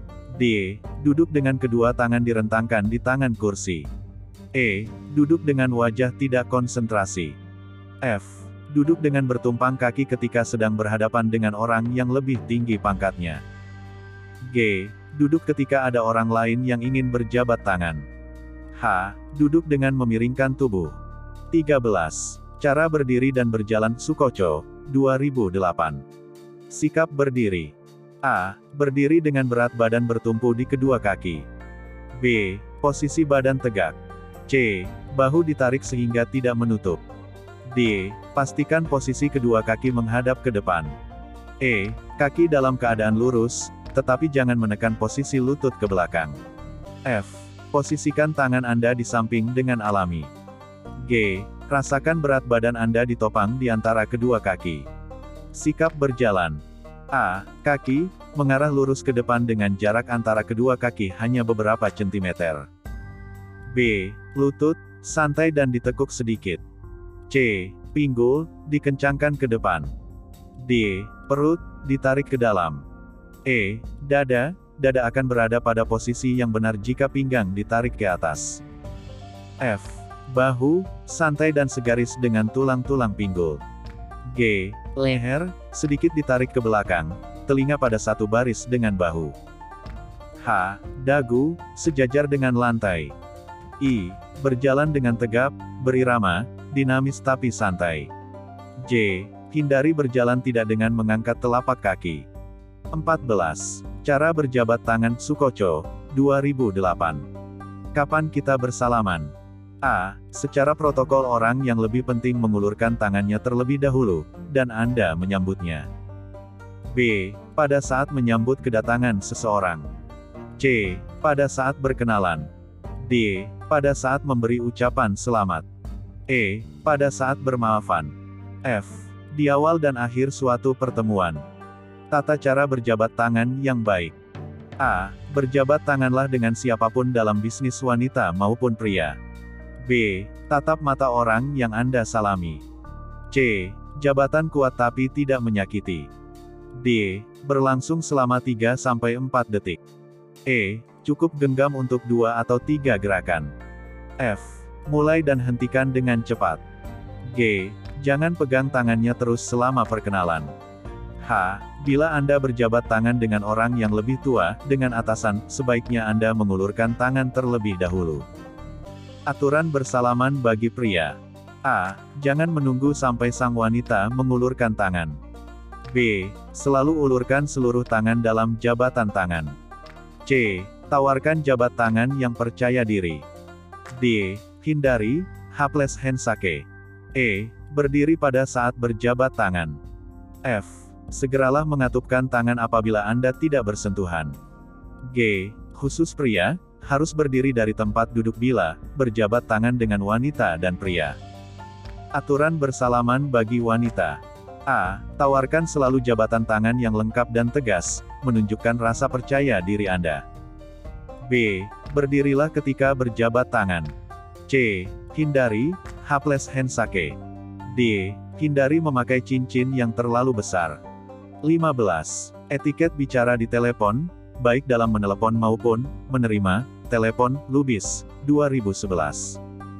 D. Duduk dengan kedua tangan direntangkan di tangan kursi. E. Duduk dengan wajah tidak konsentrasi. F. Duduk dengan bertumpang kaki ketika sedang berhadapan dengan orang yang lebih tinggi pangkatnya. G. Duduk ketika ada orang lain yang ingin berjabat tangan. H. Duduk dengan memiringkan tubuh. tiga belas. Cara berdiri dan berjalan Sukoco, dua ribu delapan. Sikap berdiri. A. Berdiri dengan berat badan bertumpu di kedua kaki. B. Posisi badan tegak. C. Bahu ditarik sehingga tidak menutup. D. Pastikan posisi kedua kaki menghadap ke depan. E. Kaki dalam keadaan lurus, tetapi jangan menekan posisi lutut ke belakang. F. Posisikan tangan Anda di samping dengan alami. G. Rasakan berat badan Anda ditopang di antara kedua kaki. Sikap berjalan. A. Kaki, mengarah lurus ke depan dengan jarak antara kedua kaki hanya beberapa sentimeter. B. Lutut, santai dan ditekuk sedikit. C. Pinggul, dikencangkan ke depan. D. Perut, ditarik ke dalam. E. Dada, dada akan berada pada posisi yang benar jika pinggang ditarik ke atas. F. Bahu, santai dan segaris dengan tulang-tulang pinggul. G. Leher, sedikit ditarik ke belakang, telinga pada satu baris dengan bahu. H. Dagu, sejajar dengan lantai. I. Berjalan dengan tegap, berirama, dinamis tapi santai. J. Hindari berjalan tidak dengan mengangkat telapak kaki. empat belas. Cara berjabat tangan Sukoco, dua ribu delapan. Kapan kita bersalaman? A. Secara protokol orang yang lebih penting mengulurkan tangannya terlebih dahulu, dan Anda menyambutnya. B. Pada saat menyambut kedatangan seseorang. C. Pada saat berkenalan. D. Pada saat memberi ucapan selamat. E. Pada saat bermaafan. F. Di awal dan akhir suatu pertemuan. Tata cara berjabat tangan yang baik. A. Berjabat tanganlah dengan siapapun dalam bisnis wanita maupun pria. B. Tatap mata orang yang Anda salami. C. Jabatan kuat tapi tidak menyakiti. D. Berlangsung selama tiga sampai empat detik. E. Cukup genggam untuk dua atau tiga gerakan. F. Mulai dan hentikan dengan cepat. G. Jangan pegang tangannya terus selama perkenalan. H. Bila Anda berjabat tangan dengan orang yang lebih tua, dengan atasan, sebaiknya Anda mengulurkan tangan terlebih dahulu. Aturan bersalaman bagi pria. A. Jangan menunggu sampai sang wanita mengulurkan tangan. B. Selalu ulurkan seluruh tangan dalam jabatan tangan. C. Tawarkan jabat tangan yang percaya diri. D. Hindari, H plus handshake. E. Berdiri pada saat berjabat tangan. F. Segeralah mengatupkan tangan apabila Anda tidak bersentuhan. G. Khusus pria, harus berdiri dari tempat duduk bila berjabat tangan dengan wanita dan pria. Aturan bersalaman bagi wanita. A. Tawarkan selalu jabatan tangan yang lengkap dan tegas, menunjukkan rasa percaya diri Anda. B. Berdirilah ketika berjabat tangan. C. Hindari H plus handshake. D. Hindari memakai cincin yang terlalu besar. lima belas. Etiket bicara di telepon, baik dalam menelepon maupun menerima telepon. Lubis, dua ribu sebelas.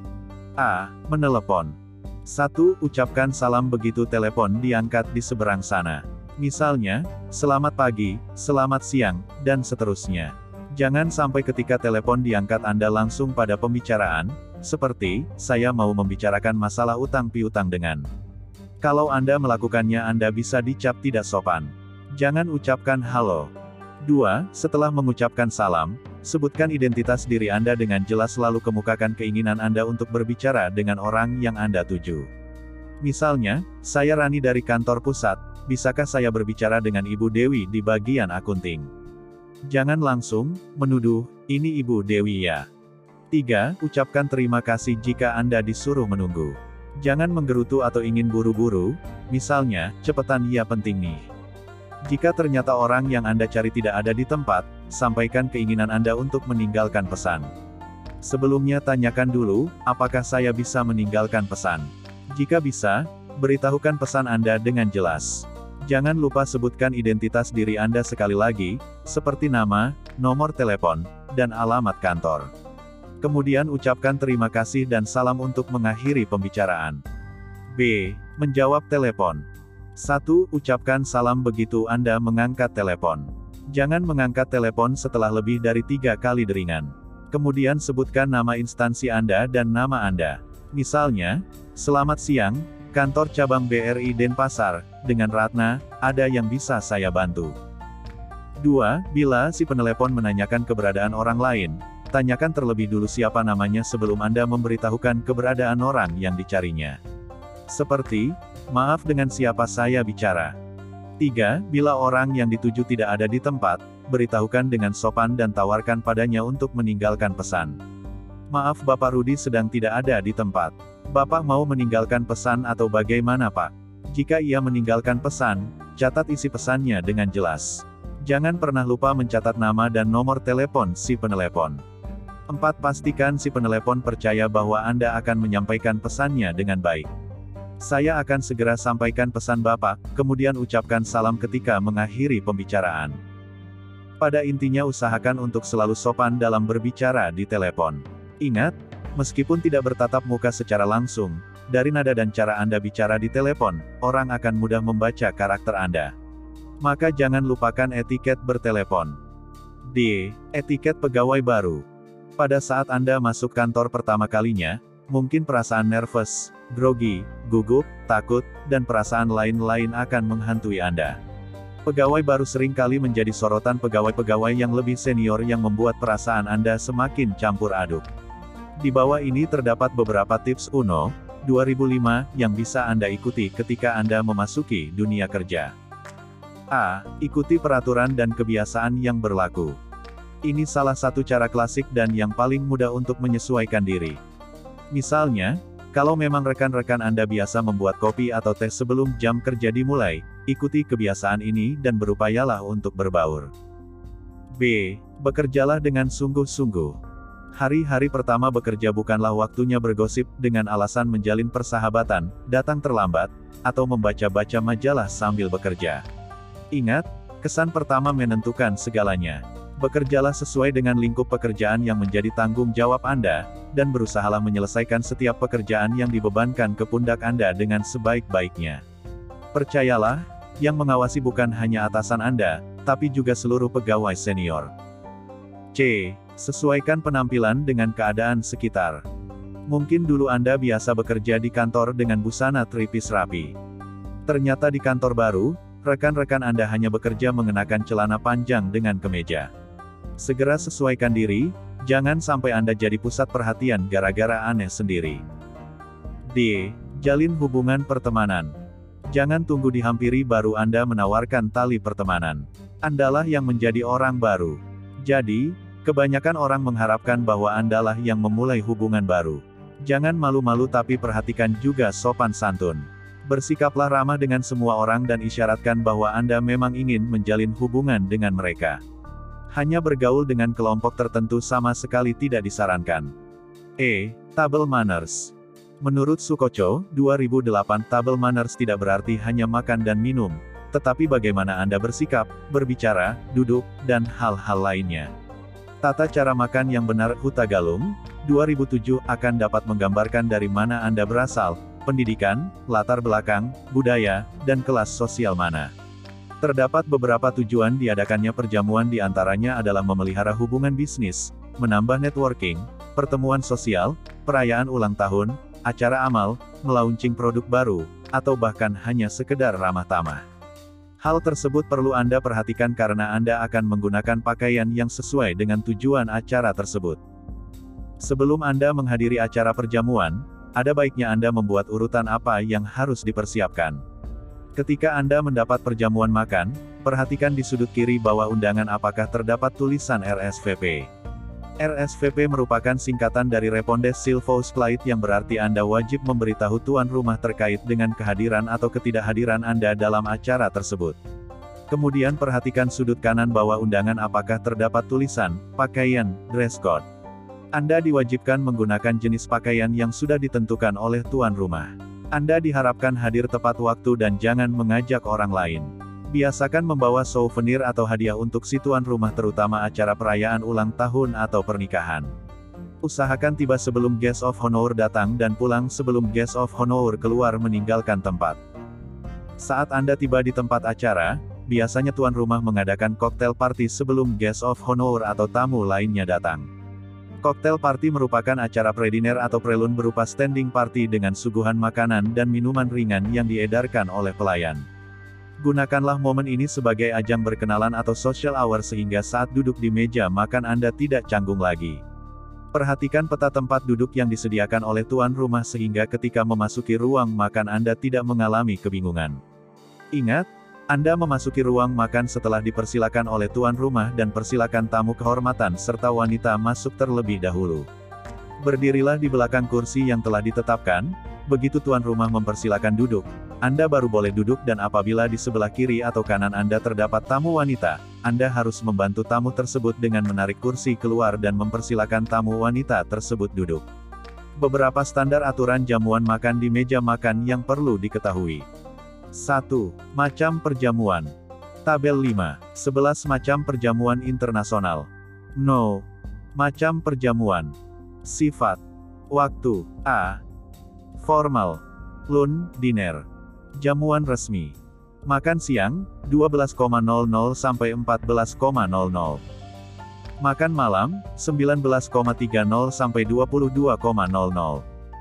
A. Menelepon. satu. Ucapkan salam begitu telepon diangkat di seberang sana. Misalnya, selamat pagi, selamat siang, dan seterusnya. Jangan sampai ketika telepon diangkat Anda langsung pada pembicaraan, seperti, saya mau membicarakan masalah utang piutang dengan. Kalau Anda melakukannya Anda bisa dicap tidak sopan. Jangan ucapkan halo. dua. Setelah mengucapkan salam, sebutkan identitas diri Anda dengan jelas lalu kemukakan keinginan Anda untuk berbicara dengan orang yang Anda tuju. Misalnya, saya Rani dari kantor pusat, bisakah saya berbicara dengan Ibu Dewi di bagian akunting? Jangan langsung menuduh, ini Ibu Dewi ya. tiga. Ucapkan terima kasih jika Anda disuruh menunggu. Jangan menggerutu atau ingin buru-buru, misalnya, cepetan ya penting nih. Jika ternyata orang yang Anda cari tidak ada di tempat, sampaikan keinginan Anda untuk meninggalkan pesan. Sebelumnya tanyakan dulu, apakah saya bisa meninggalkan pesan? Jika bisa, beritahukan pesan Anda dengan jelas. Jangan lupa sebutkan identitas diri Anda sekali lagi, seperti nama, nomor telepon, dan alamat kantor. Kemudian ucapkan terima kasih dan salam untuk mengakhiri pembicaraan. B. Menjawab telepon. satu. Ucapkan salam begitu Anda mengangkat telepon. Jangan mengangkat telepon setelah lebih dari tiga kali deringan. Kemudian sebutkan nama instansi Anda dan nama Anda. Misalnya, selamat siang, kantor cabang B R I Denpasar, dengan Ratna, ada yang bisa saya bantu? dua. Bila si penelepon menanyakan keberadaan orang lain, tanyakan terlebih dulu siapa namanya sebelum Anda memberitahukan keberadaan orang yang dicarinya. Seperti, maaf dengan siapa saya bicara. tiga. Bila orang yang dituju tidak ada di tempat, beritahukan dengan sopan dan tawarkan padanya untuk meninggalkan pesan. Maaf Bapak Rudi sedang tidak ada di tempat. Bapak mau meninggalkan pesan atau bagaimana Pak? Jika ia meninggalkan pesan, catat isi pesannya dengan jelas. Jangan pernah lupa mencatat nama dan nomor telepon si penelepon. empat. Pastikan si penelepon percaya bahwa Anda akan menyampaikan pesannya dengan baik. Saya akan segera sampaikan pesan Bapak, kemudian ucapkan salam ketika mengakhiri pembicaraan. Pada intinya usahakan untuk selalu sopan dalam berbicara di telepon. Ingat, meskipun tidak bertatap muka secara langsung, dari nada dan cara Anda bicara di telepon, orang akan mudah membaca karakter Anda. Maka jangan lupakan etiket bertelepon. D. Etiket pegawai baru. Pada saat Anda masuk kantor pertama kalinya, mungkin perasaan nervous, grogi, gugup, takut, dan perasaan lain-lain akan menghantui Anda. Pegawai baru seringkali menjadi sorotan pegawai-pegawai yang lebih senior yang membuat perasaan Anda semakin campur aduk. Di bawah ini terdapat beberapa tips Uno, dua ribu lima, yang bisa Anda ikuti ketika Anda memasuki dunia kerja. A. Ikuti peraturan dan kebiasaan yang berlaku. Ini salah satu cara klasik dan yang paling mudah untuk menyesuaikan diri. Misalnya, kalau memang rekan-rekan Anda biasa membuat kopi atau teh sebelum jam kerja dimulai, ikuti kebiasaan ini dan berupayalah untuk berbaur. B. Bekerjalah dengan sungguh-sungguh. Hari-hari pertama bekerja bukanlah waktunya bergosip dengan alasan menjalin persahabatan, datang terlambat, atau membaca-baca majalah sambil bekerja. Ingat, kesan pertama menentukan segalanya. Bekerjalah sesuai dengan lingkup pekerjaan yang menjadi tanggung jawab Anda, dan berusahalah menyelesaikan setiap pekerjaan yang dibebankan ke pundak Anda dengan sebaik-baiknya. Percayalah, yang mengawasi bukan hanya atasan Anda, tapi juga seluruh pegawai senior. C. Sesuaikan penampilan dengan keadaan sekitar. Mungkin dulu Anda biasa bekerja di kantor dengan busana tripis rapi. Ternyata di kantor baru, rekan-rekan Anda hanya bekerja mengenakan celana panjang dengan kemeja. Segera sesuaikan diri, jangan sampai Anda jadi pusat perhatian gara-gara aneh sendiri. D. Jalin hubungan pertemanan. Jangan tunggu dihampiri baru Anda menawarkan tali pertemanan. Andalah yang menjadi orang baru. Jadi, kebanyakan orang mengharapkan bahwa Andalah yang memulai hubungan baru. Jangan malu-malu tapi perhatikan juga sopan santun. Bersikaplah ramah dengan semua orang dan isyaratkan bahwa Anda memang ingin menjalin hubungan dengan mereka. Hanya bergaul dengan kelompok tertentu sama sekali tidak disarankan. E. Table manners. Menurut Sukoco, dua ribu delapan, table manners tidak berarti hanya makan dan minum, tetapi bagaimana Anda bersikap, berbicara, duduk, dan hal-hal lainnya. Tata cara makan yang benar. Hutagalung, dua ribu tujuh, akan dapat menggambarkan dari mana Anda berasal, pendidikan, latar belakang, budaya, dan kelas sosial mana. Terdapat beberapa tujuan diadakannya perjamuan, di antaranya adalah memelihara hubungan bisnis, menambah networking, pertemuan sosial, perayaan ulang tahun, acara amal, melaunching produk baru, atau bahkan hanya sekedar ramah tamah. Hal tersebut perlu Anda perhatikan karena Anda akan menggunakan pakaian yang sesuai dengan tujuan acara tersebut. Sebelum Anda menghadiri acara perjamuan, ada baiknya Anda membuat urutan apa yang harus dipersiapkan. Ketika Anda mendapat perjamuan makan, perhatikan di sudut kiri bawah undangan apakah terdapat tulisan R S V P. R S V P merupakan singkatan dari Réponses s'il vous plaît, yang berarti Anda wajib memberitahu tuan rumah terkait dengan kehadiran atau ketidakhadiran Anda dalam acara tersebut. Kemudian perhatikan sudut kanan bawah undangan apakah terdapat tulisan pakaian, dress code. Anda diwajibkan menggunakan jenis pakaian yang sudah ditentukan oleh tuan rumah. Anda diharapkan hadir tepat waktu dan jangan mengajak orang lain. Biasakan membawa souvenir atau hadiah untuk si tuan rumah terutama acara perayaan ulang tahun atau pernikahan. Usahakan tiba sebelum guest of honor datang dan pulang sebelum guest of honor keluar meninggalkan tempat. Saat Anda tiba di tempat acara, biasanya tuan rumah mengadakan cocktail party sebelum guest of honor atau tamu lainnya datang. Cocktail party merupakan acara pre-dinner atau prelun berupa standing party dengan suguhan makanan dan minuman ringan yang diedarkan oleh pelayan. Gunakanlah momen ini sebagai ajang berkenalan atau social hour sehingga saat duduk di meja makan Anda tidak canggung lagi. Perhatikan peta tempat duduk yang disediakan oleh tuan rumah sehingga ketika memasuki ruang makan Anda tidak mengalami kebingungan. Ingat, Anda memasuki ruang makan setelah dipersilakan oleh tuan rumah dan persilakan tamu kehormatan serta wanita masuk terlebih dahulu. Berdirilah di belakang kursi yang telah ditetapkan, begitu tuan rumah mempersilakan duduk, Anda baru boleh duduk dan apabila di sebelah kiri atau kanan Anda terdapat tamu wanita, Anda harus membantu tamu tersebut dengan menarik kursi keluar dan mempersilakan tamu wanita tersebut duduk. Beberapa standar aturan jamuan makan di meja makan yang perlu diketahui. satu. Macam perjamuan. Tabel lima. sebelas macam perjamuan internasional. No. Macam perjamuan. Sifat. Waktu. A. Formal. Lunch, dinner. Jamuan resmi. Makan siang, dua belas nol nol sampai empat belas nol nol. Makan malam, sembilan belas tiga nol sampai dua puluh dua nol nol.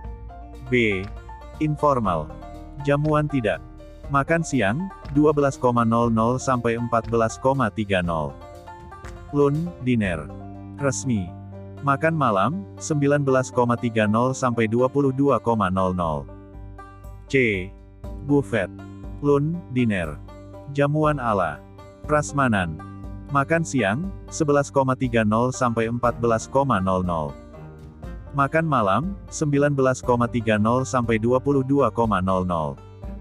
B. Informal. Jamuan tidak. Makan siang, dua belas nol nol sampai empat belas tiga nol. Lunch, dinner. Resmi. Makan malam, sembilan belas tiga nol sampai dua puluh dua nol nol. C. Buffet. Lunch, dinner. Jamuan ala. Prasmanan. Makan siang, sebelas tiga nol sampai empat belas nol nol. Makan malam, sembilan belas tiga nol sampai dua puluh dua nol nol.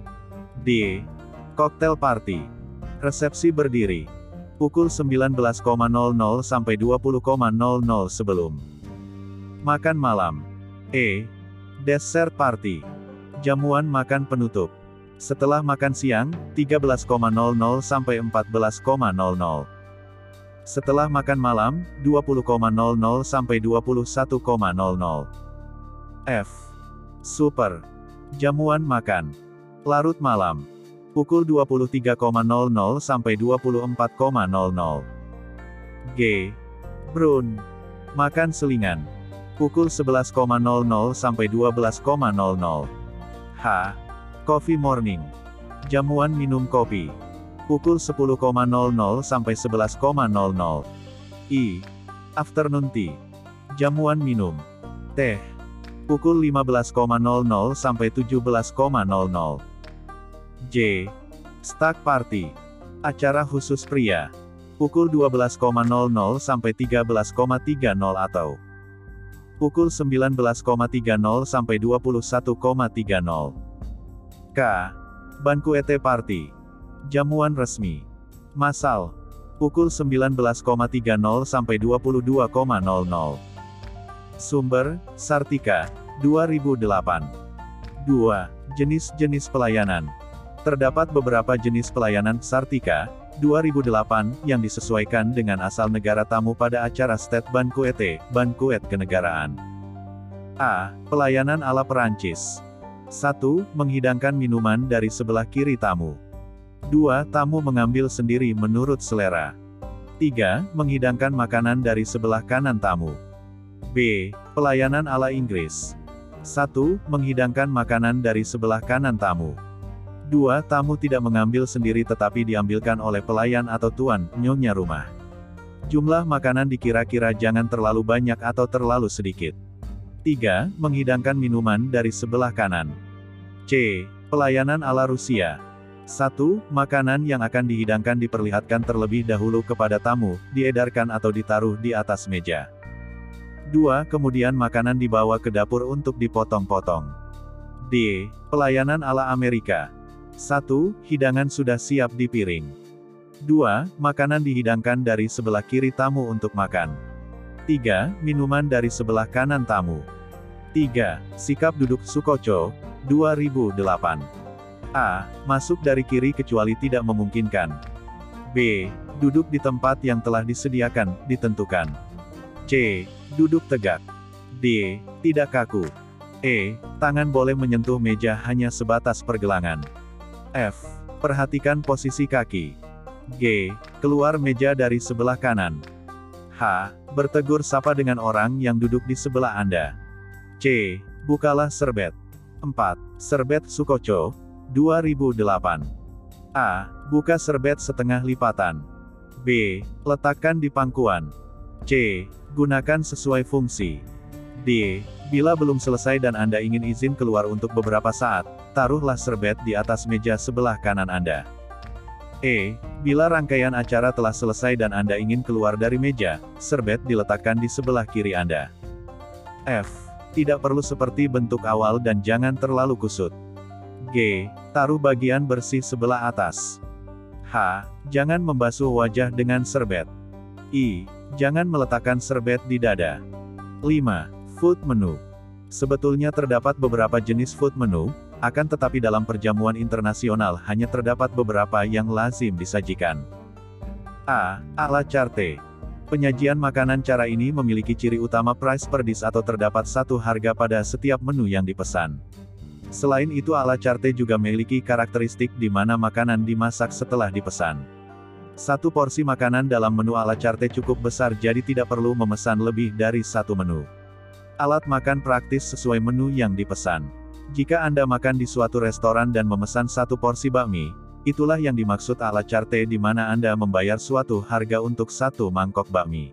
D. Cocktail party. Resepsi berdiri. Pukul sembilan belas nol nol sampai dua puluh nol nol sebelum makan malam. E. Dessert party. Jamuan makan penutup. Setelah makan siang, tiga belas nol nol sampai empat belas nol nol. Setelah makan malam, dua puluh nol nol sampai dua puluh satu nol nol. F. Super. Jamuan makan. Larut malam. Pukul dua puluh tiga nol nol sampai dua puluh empat nol nol. G. Brunch. Makan selingan. Pukul sebelas nol nol sampai dua belas nol nol. H. Coffee morning. Jamuan minum kopi. Pukul sepuluh nol nol sampai sebelas nol nol. I. Afternoon tea. Jamuan minum. Teh. pukul lima belas nol nol sampai tujuh belas nol nol. J. Stag Party. Acara khusus pria. Pukul dua belas nol nol sampai tiga belas tiga nol atau pukul sembilan belas tiga nol sampai dua puluh satu tiga nol. K. Banquete Party. Jamuan resmi. Massal. Pukul sembilan belas tiga nol sampai dua puluh dua nol nol. Sumber, Sartika, dua ribu delapan. dua. Jenis-jenis pelayanan. Terdapat beberapa jenis pelayanan Sartika, dua ribu delapan, yang disesuaikan dengan asal negara tamu pada acara State Banquete, bankuet kenegaraan. A. Pelayanan ala Perancis. satu. Menghidangkan minuman dari sebelah kiri tamu. dua. Tamu mengambil sendiri menurut selera. tiga. Menghidangkan makanan dari sebelah kanan tamu. B. Pelayanan ala Inggris. satu. Menghidangkan makanan dari sebelah kanan tamu. dua. Tamu tidak mengambil sendiri tetapi diambilkan oleh pelayan atau tuan, nyonya rumah. Jumlah makanan dikira-kira jangan terlalu banyak atau terlalu sedikit. tiga. Menghidangkan minuman dari sebelah kanan. C. Pelayanan ala Rusia. satu. Makanan yang akan dihidangkan diperlihatkan terlebih dahulu kepada tamu, diedarkan atau ditaruh di atas meja. dua. Kemudian makanan dibawa ke dapur untuk dipotong-potong. D. Pelayanan ala Amerika. satu. Hidangan sudah siap di piring. dua. Makanan dihidangkan dari sebelah kiri tamu untuk makan. tiga. Minuman dari sebelah kanan tamu. tiga. Sikap duduk Sukoco, dua ribu delapan. A. Masuk dari kiri kecuali tidak memungkinkan. B. Duduk di tempat yang telah disediakan, ditentukan. C. Duduk tegak. D. Tidak kaku. E. Tangan boleh menyentuh meja hanya sebatas pergelangan. F. Perhatikan posisi kaki. G. Keluar meja dari sebelah kanan. H. Bertegur sapa dengan orang yang duduk di sebelah Anda. C. Bukalah serbet. empat. Serbet Sukoco, dua ribu delapan. A. Buka serbet setengah lipatan. B. Letakkan di pangkuan. C. Gunakan sesuai fungsi. D. Bila belum selesai dan Anda ingin izin keluar untuk beberapa saat, taruhlah serbet di atas meja sebelah kanan Anda. E. Bila rangkaian acara telah selesai dan Anda ingin keluar dari meja, serbet diletakkan di sebelah kiri Anda. F. Tidak perlu seperti bentuk awal dan jangan terlalu kusut. G. Taruh bagian bersih sebelah atas. H. Jangan membasuh wajah dengan serbet. I. Jangan meletakkan serbet di dada. lima. Food menu. Sebetulnya terdapat beberapa jenis food menu, akan tetapi dalam perjamuan internasional hanya terdapat beberapa yang lazim disajikan. A. A la carte. Penyajian makanan cara ini memiliki ciri utama price per dish atau terdapat satu harga pada setiap menu yang dipesan. Selain itu a la carte juga memiliki karakteristik di mana makanan dimasak setelah dipesan. Satu porsi makanan dalam menu a la carte cukup besar jadi tidak perlu memesan lebih dari satu menu. Alat makan praktis sesuai menu yang dipesan. Jika Anda makan di suatu restoran dan memesan satu porsi bakmi, itulah yang dimaksud a la carte di mana Anda membayar suatu harga untuk satu mangkok bakmi.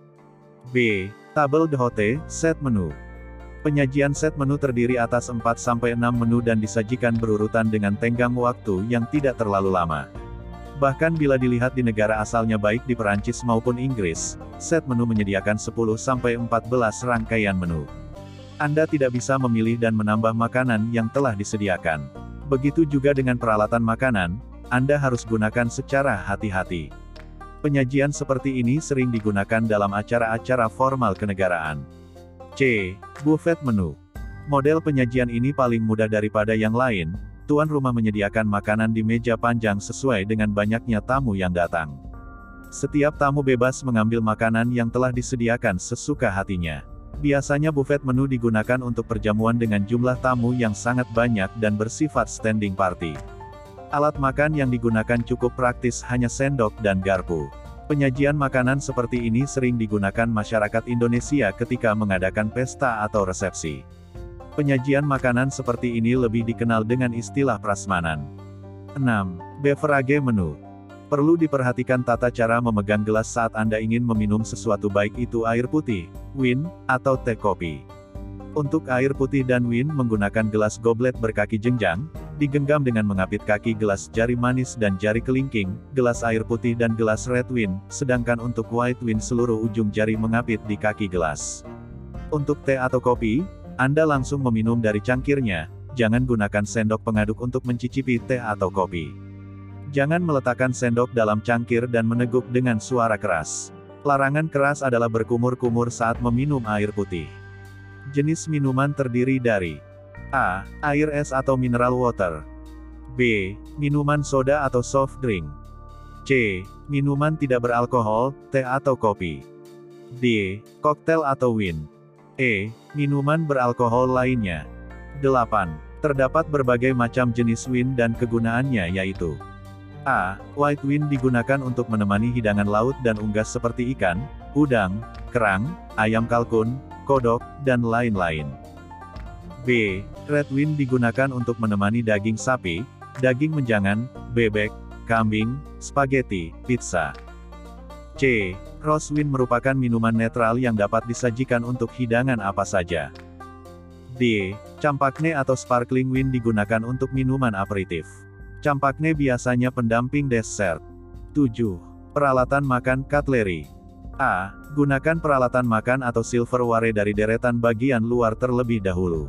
B. Table d'hôte, set menu. Penyajian set menu terdiri atas empat sampai enam menu dan disajikan berurutan dengan tenggang waktu yang tidak terlalu lama. Bahkan bila dilihat di negara asalnya baik di Perancis maupun Inggris, set menu menyediakan sepuluh sampai empat belas rangkaian menu. Anda tidak bisa memilih dan menambah makanan yang telah disediakan. Begitu juga dengan peralatan makanan, Anda harus gunakan secara hati-hati. Penyajian seperti ini sering digunakan dalam acara-acara formal kenegaraan. C. Buffet menu. Model penyajian ini paling mudah daripada yang lain. Tuan rumah menyediakan makanan di meja panjang sesuai dengan banyaknya tamu yang datang. Setiap tamu bebas mengambil makanan yang telah disediakan sesuka hatinya. Biasanya buffet menu digunakan untuk perjamuan dengan jumlah tamu yang sangat banyak dan bersifat standing party. Alat makan yang digunakan cukup praktis hanya sendok dan garpu. Penyajian makanan seperti ini sering digunakan masyarakat Indonesia ketika mengadakan pesta atau resepsi. Penyajian makanan seperti ini lebih dikenal dengan istilah prasmanan. enam. Beverage menu. Perlu diperhatikan tata cara memegang gelas saat Anda ingin meminum sesuatu baik itu air putih, wine, atau teh kopi. Untuk air putih dan wine menggunakan gelas goblet berkaki jenjang, digenggam dengan mengapit kaki gelas jari manis dan jari kelingking, gelas air putih dan gelas red wine, sedangkan untuk white wine seluruh ujung jari mengapit di kaki gelas. Untuk teh atau kopi, Anda langsung meminum dari cangkirnya, jangan gunakan sendok pengaduk untuk mencicipi teh atau kopi. Jangan meletakkan sendok dalam cangkir dan meneguk dengan suara keras. Larangan keras adalah berkumur-kumur saat meminum air putih. Jenis minuman terdiri dari A. Air es atau mineral water. B. Minuman soda atau soft drink. C. Minuman tidak beralkohol, teh atau kopi. D. Koktail atau wine. E. Minuman beralkohol lainnya. delapan. Terdapat berbagai macam jenis wine dan kegunaannya yaitu A. White wine digunakan untuk menemani hidangan laut dan unggas seperti ikan, udang, kerang, ayam kalkun, kodok, dan lain-lain. B. Red wine digunakan untuk menemani daging sapi, daging menjangan, bebek, kambing, spaghetti, pizza. C. Rose wine merupakan minuman netral yang dapat disajikan untuk hidangan apa saja. D. Champagne atau sparkling wine digunakan untuk minuman aperitif. Champagne biasanya pendamping dessert. tujuh. Peralatan makan cutlery. A. Gunakan peralatan makan atau silverware dari deretan bagian luar terlebih dahulu.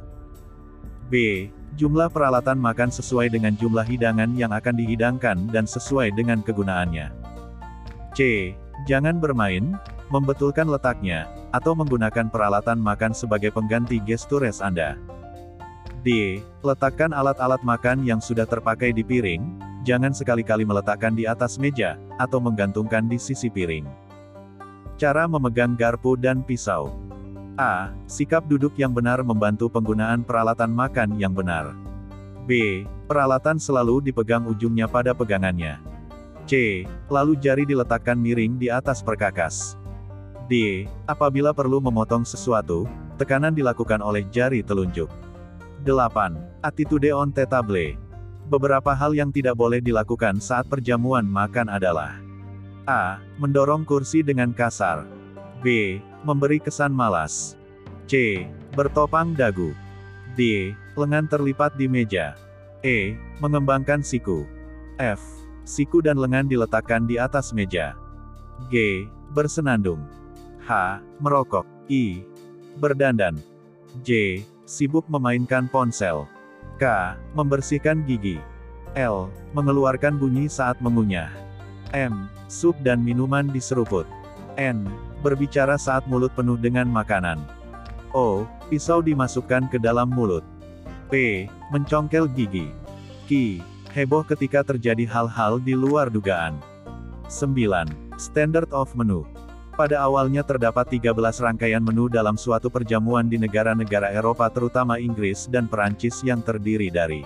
B. Jumlah peralatan makan sesuai dengan jumlah hidangan yang akan dihidangkan dan sesuai dengan kegunaannya. C. Jangan bermain, membetulkan letaknya, atau menggunakan peralatan makan sebagai pengganti gestures Anda. D. Letakkan alat-alat makan yang sudah terpakai di piring, jangan sekali-kali meletakkan di atas meja, atau menggantungkan di sisi piring. Cara memegang garpu dan pisau. A. Sikap duduk yang benar membantu penggunaan peralatan makan yang benar. B. Peralatan selalu dipegang ujungnya pada pegangannya. C. Lalu jari diletakkan miring di atas perkakas. D. Apabila perlu memotong sesuatu, tekanan dilakukan oleh jari telunjuk. delapan. Attitude on the table. Beberapa hal yang tidak boleh dilakukan saat perjamuan makan adalah A. Mendorong kursi dengan kasar. B. Memberi kesan malas. C. Bertopang dagu. D. Lengan terlipat di meja. E. Mengembangkan siku. F. Siku dan lengan diletakkan di atas meja. G. Bersenandung. H. Merokok. I. Berdandan. J. Sibuk memainkan ponsel. K. Membersihkan gigi. L. Mengeluarkan bunyi saat mengunyah. M. Sup dan minuman diseruput. N. Berbicara saat mulut penuh dengan makanan. O. Pisau dimasukkan ke dalam mulut. P. Mencongkel gigi. Q. Heboh ketika terjadi hal-hal di luar dugaan. sembilan. Standard of menu. Pada awalnya terdapat tiga belas rangkaian menu dalam suatu perjamuan di negara-negara Eropa terutama Inggris dan Perancis yang terdiri dari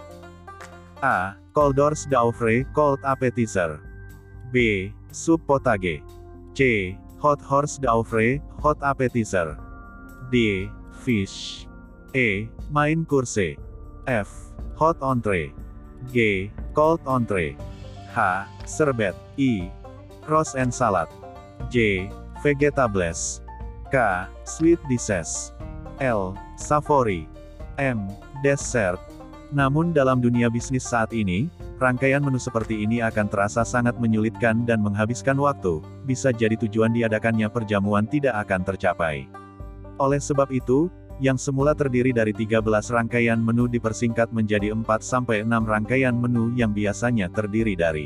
A. Cold hors d'oeuvre, cold appetizer. B. Sup potage. C. Hot hors d'oeuvre, hot appetizer. D. Fish. E. Main course. F. Hot entree. G. Cold entree. H. Sherbet. I. Roast and salad. J. Vegetables. K. Sweet dishes. L. Savory. M. Dessert. Namun dalam dunia bisnis saat ini, rangkaian menu seperti ini akan terasa sangat menyulitkan dan menghabiskan waktu, bisa jadi tujuan diadakannya perjamuan tidak akan tercapai. Oleh sebab itu, yang semula terdiri dari tiga belas rangkaian menu dipersingkat menjadi empat sampai enam rangkaian menu yang biasanya terdiri dari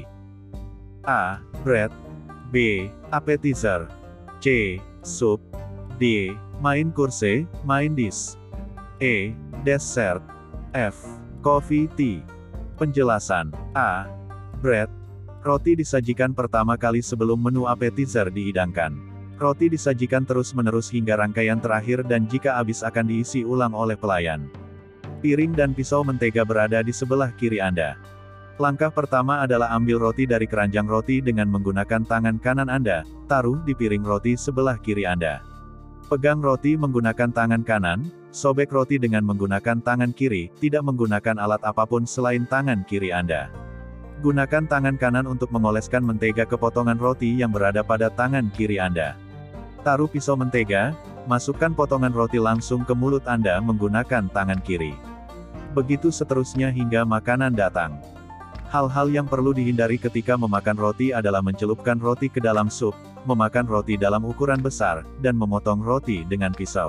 A. Bread. B. Appetizer. C. Soup. D. Main course, main dish. E. Dessert. F. Coffee tea. Penjelasan. A. Bread. Roti disajikan pertama kali sebelum menu appetizer dihidangkan. Roti disajikan terus-menerus hingga rangkaian terakhir dan jika habis akan diisi ulang oleh pelayan. Piring dan pisau mentega berada di sebelah kiri Anda. Langkah pertama adalah ambil roti dari keranjang roti dengan menggunakan tangan kanan Anda, taruh di piring roti sebelah kiri Anda. Pegang roti menggunakan tangan kanan, sobek roti dengan menggunakan tangan kiri, tidak menggunakan alat apapun selain tangan kiri Anda. Gunakan tangan kanan untuk mengoleskan mentega ke potongan roti yang berada pada tangan kiri Anda. Taruh pisau mentega, Masukkan potongan roti langsung ke mulut Anda menggunakan tangan kiri. Begitu seterusnya hingga makanan datang. Hal-hal yang perlu dihindari ketika memakan roti adalah mencelupkan roti ke dalam sup, memakan roti dalam ukuran besar, dan memotong roti dengan pisau.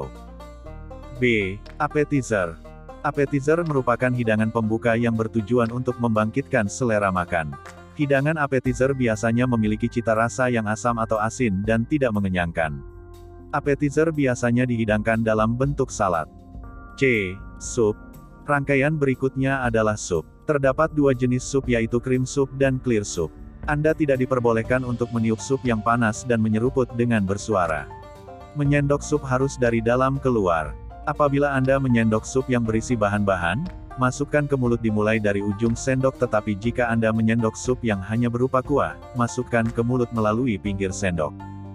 B. Appetizer. Appetizer merupakan hidangan pembuka yang bertujuan untuk membangkitkan selera makan. Hidangan appetizer biasanya memiliki cita rasa yang asam atau asin dan tidak mengenyangkan. Appetizer biasanya dihidangkan dalam bentuk salad. C. Sup. Rangkaian berikutnya adalah sup. Terdapat dua jenis sup yaitu cream soup dan clear soup. Anda tidak diperbolehkan untuk meniup sup yang panas dan menyeruput dengan bersuara. Menyendok sup harus dari dalam keluar. Apabila Anda menyendok sup yang berisi bahan-bahan, masukkan ke mulut dimulai dari ujung sendok, tetapi jika Anda menyendok sup yang hanya berupa kuah, masukkan ke mulut melalui pinggir sendok.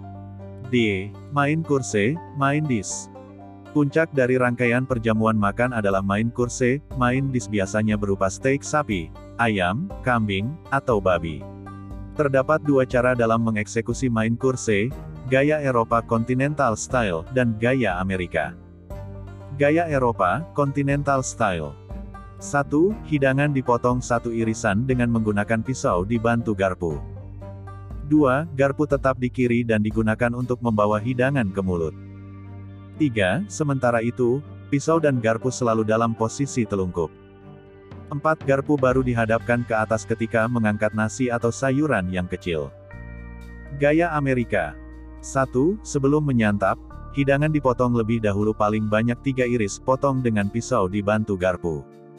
D. Main course, main dish. Puncak dari rangkaian perjamuan makan adalah main course. Main dish biasanya berupa steak sapi, ayam, kambing, atau babi. Terdapat dua cara dalam mengeksekusi main course, gaya Eropa Continental Style, dan gaya Amerika. Gaya Eropa Continental Style. satu. Hidangan dipotong satu irisan dengan menggunakan pisau dibantu garpu. dua. Garpu tetap di kiri dan digunakan untuk membawa hidangan ke mulut. tiga. Sementara itu, pisau dan garpu selalu dalam posisi telungkup. empat. Garpu baru dihadapkan ke atas ketika mengangkat nasi atau sayuran yang kecil. Gaya Amerika. satu. Sebelum menyantap, hidangan dipotong lebih dahulu paling banyak tiga iris potong dengan pisau dibantu garpu.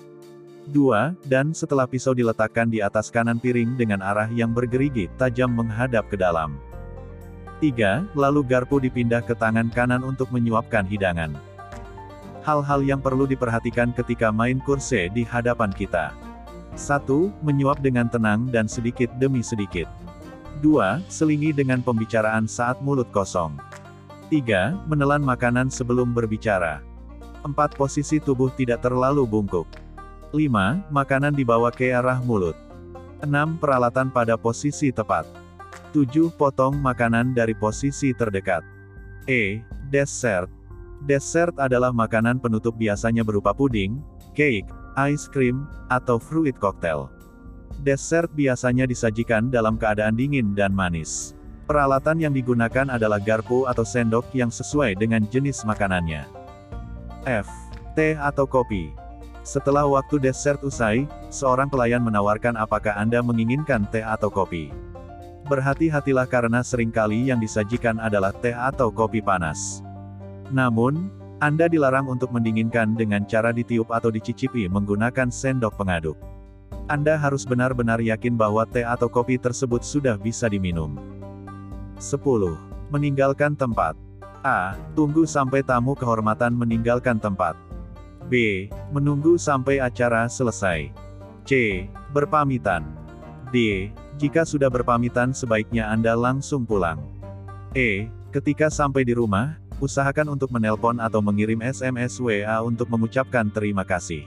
dua. Dan setelah pisau diletakkan di atas kanan piring dengan arah yang bergerigi, tajam menghadap ke dalam. tiga. Lalu garpu dipindah ke tangan kanan untuk menyuapkan hidangan. Hal-hal yang perlu diperhatikan ketika main course di hadapan kita. satu. Menyuap dengan tenang dan sedikit demi sedikit. dua. Selingi dengan pembicaraan saat mulut kosong. tiga. Menelan makanan sebelum berbicara. empat. Posisi tubuh tidak terlalu bungkuk. lima. Makanan dibawa ke arah mulut. enam. Peralatan pada posisi tepat. tujuh. Potong makanan dari posisi terdekat. E. Dessert. Dessert adalah makanan penutup biasanya berupa puding, cake, ice cream, atau fruit cocktail. Dessert biasanya disajikan dalam keadaan dingin dan manis. Peralatan yang digunakan adalah garpu atau sendok yang sesuai dengan jenis makanannya. F. Teh atau kopi. Setelah waktu dessert usai, seorang pelayan menawarkan apakah Anda menginginkan teh atau kopi. Berhati-hatilah karena seringkali yang disajikan adalah teh atau kopi panas. Namun, Anda dilarang untuk mendinginkan dengan cara ditiup atau dicicipi menggunakan sendok pengaduk. Anda harus benar-benar yakin bahwa teh atau kopi tersebut sudah bisa diminum. sepuluh. Meninggalkan tempat. A. Tunggu sampai tamu kehormatan meninggalkan tempat. B. Menunggu sampai acara selesai. C. Berpamitan. D. Jika sudah berpamitan sebaiknya Anda langsung pulang. E. Ketika sampai di rumah, usahakan untuk menelpon atau mengirim S M S W A untuk mengucapkan terima kasih.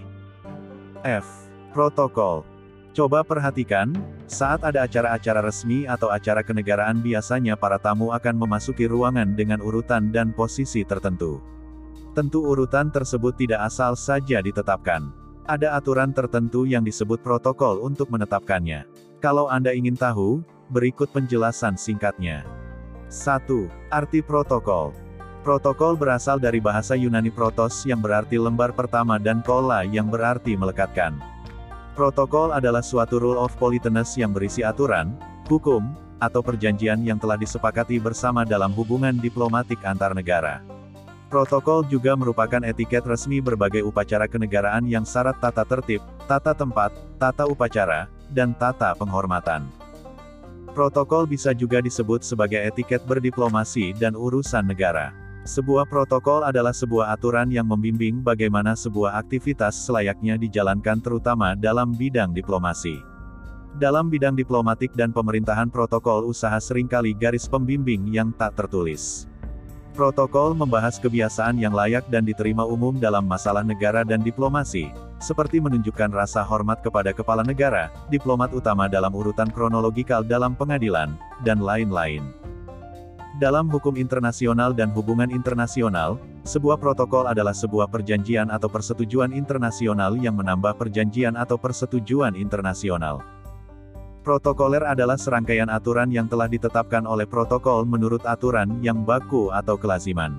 F. Protokol. Coba perhatikan, saat ada acara-acara resmi atau acara kenegaraan biasanya para tamu akan memasuki ruangan dengan urutan dan posisi tertentu. Tentu urutan tersebut tidak asal saja ditetapkan. Ada aturan tertentu yang disebut protokol untuk menetapkannya. Kalau Anda ingin tahu, berikut penjelasan singkatnya. satu. Arti protokol. Protokol berasal dari bahasa Yunani protos yang berarti lembar pertama dan kola yang berarti melekatkan. Protokol adalah suatu rule of politeness yang berisi aturan, hukum, atau perjanjian yang telah disepakati bersama dalam hubungan diplomatik antar negara. Protokol juga merupakan etiket resmi berbagai upacara kenegaraan yang syarat tata tertib, tata tempat, tata upacara, dan tata penghormatan. Protokol bisa juga disebut sebagai etiket berdiplomasi dan urusan negara. Sebuah protokol adalah sebuah aturan yang membimbing bagaimana sebuah aktivitas selayaknya dijalankan terutama dalam bidang diplomasi. Dalam bidang diplomatik dan pemerintahan protokol usaha seringkali garis pembimbing yang tak tertulis. Protokol membahas kebiasaan yang layak dan diterima umum dalam masalah negara dan diplomasi, seperti menunjukkan rasa hormat kepada kepala negara, diplomat utama dalam urutan kronologikal dalam pengadilan, dan lain-lain. Dalam hukum internasional dan hubungan internasional, sebuah protokol adalah sebuah perjanjian atau persetujuan internasional yang menambah perjanjian atau persetujuan internasional. Protokoler adalah serangkaian aturan yang telah ditetapkan oleh protokol menurut aturan yang baku atau kelaziman.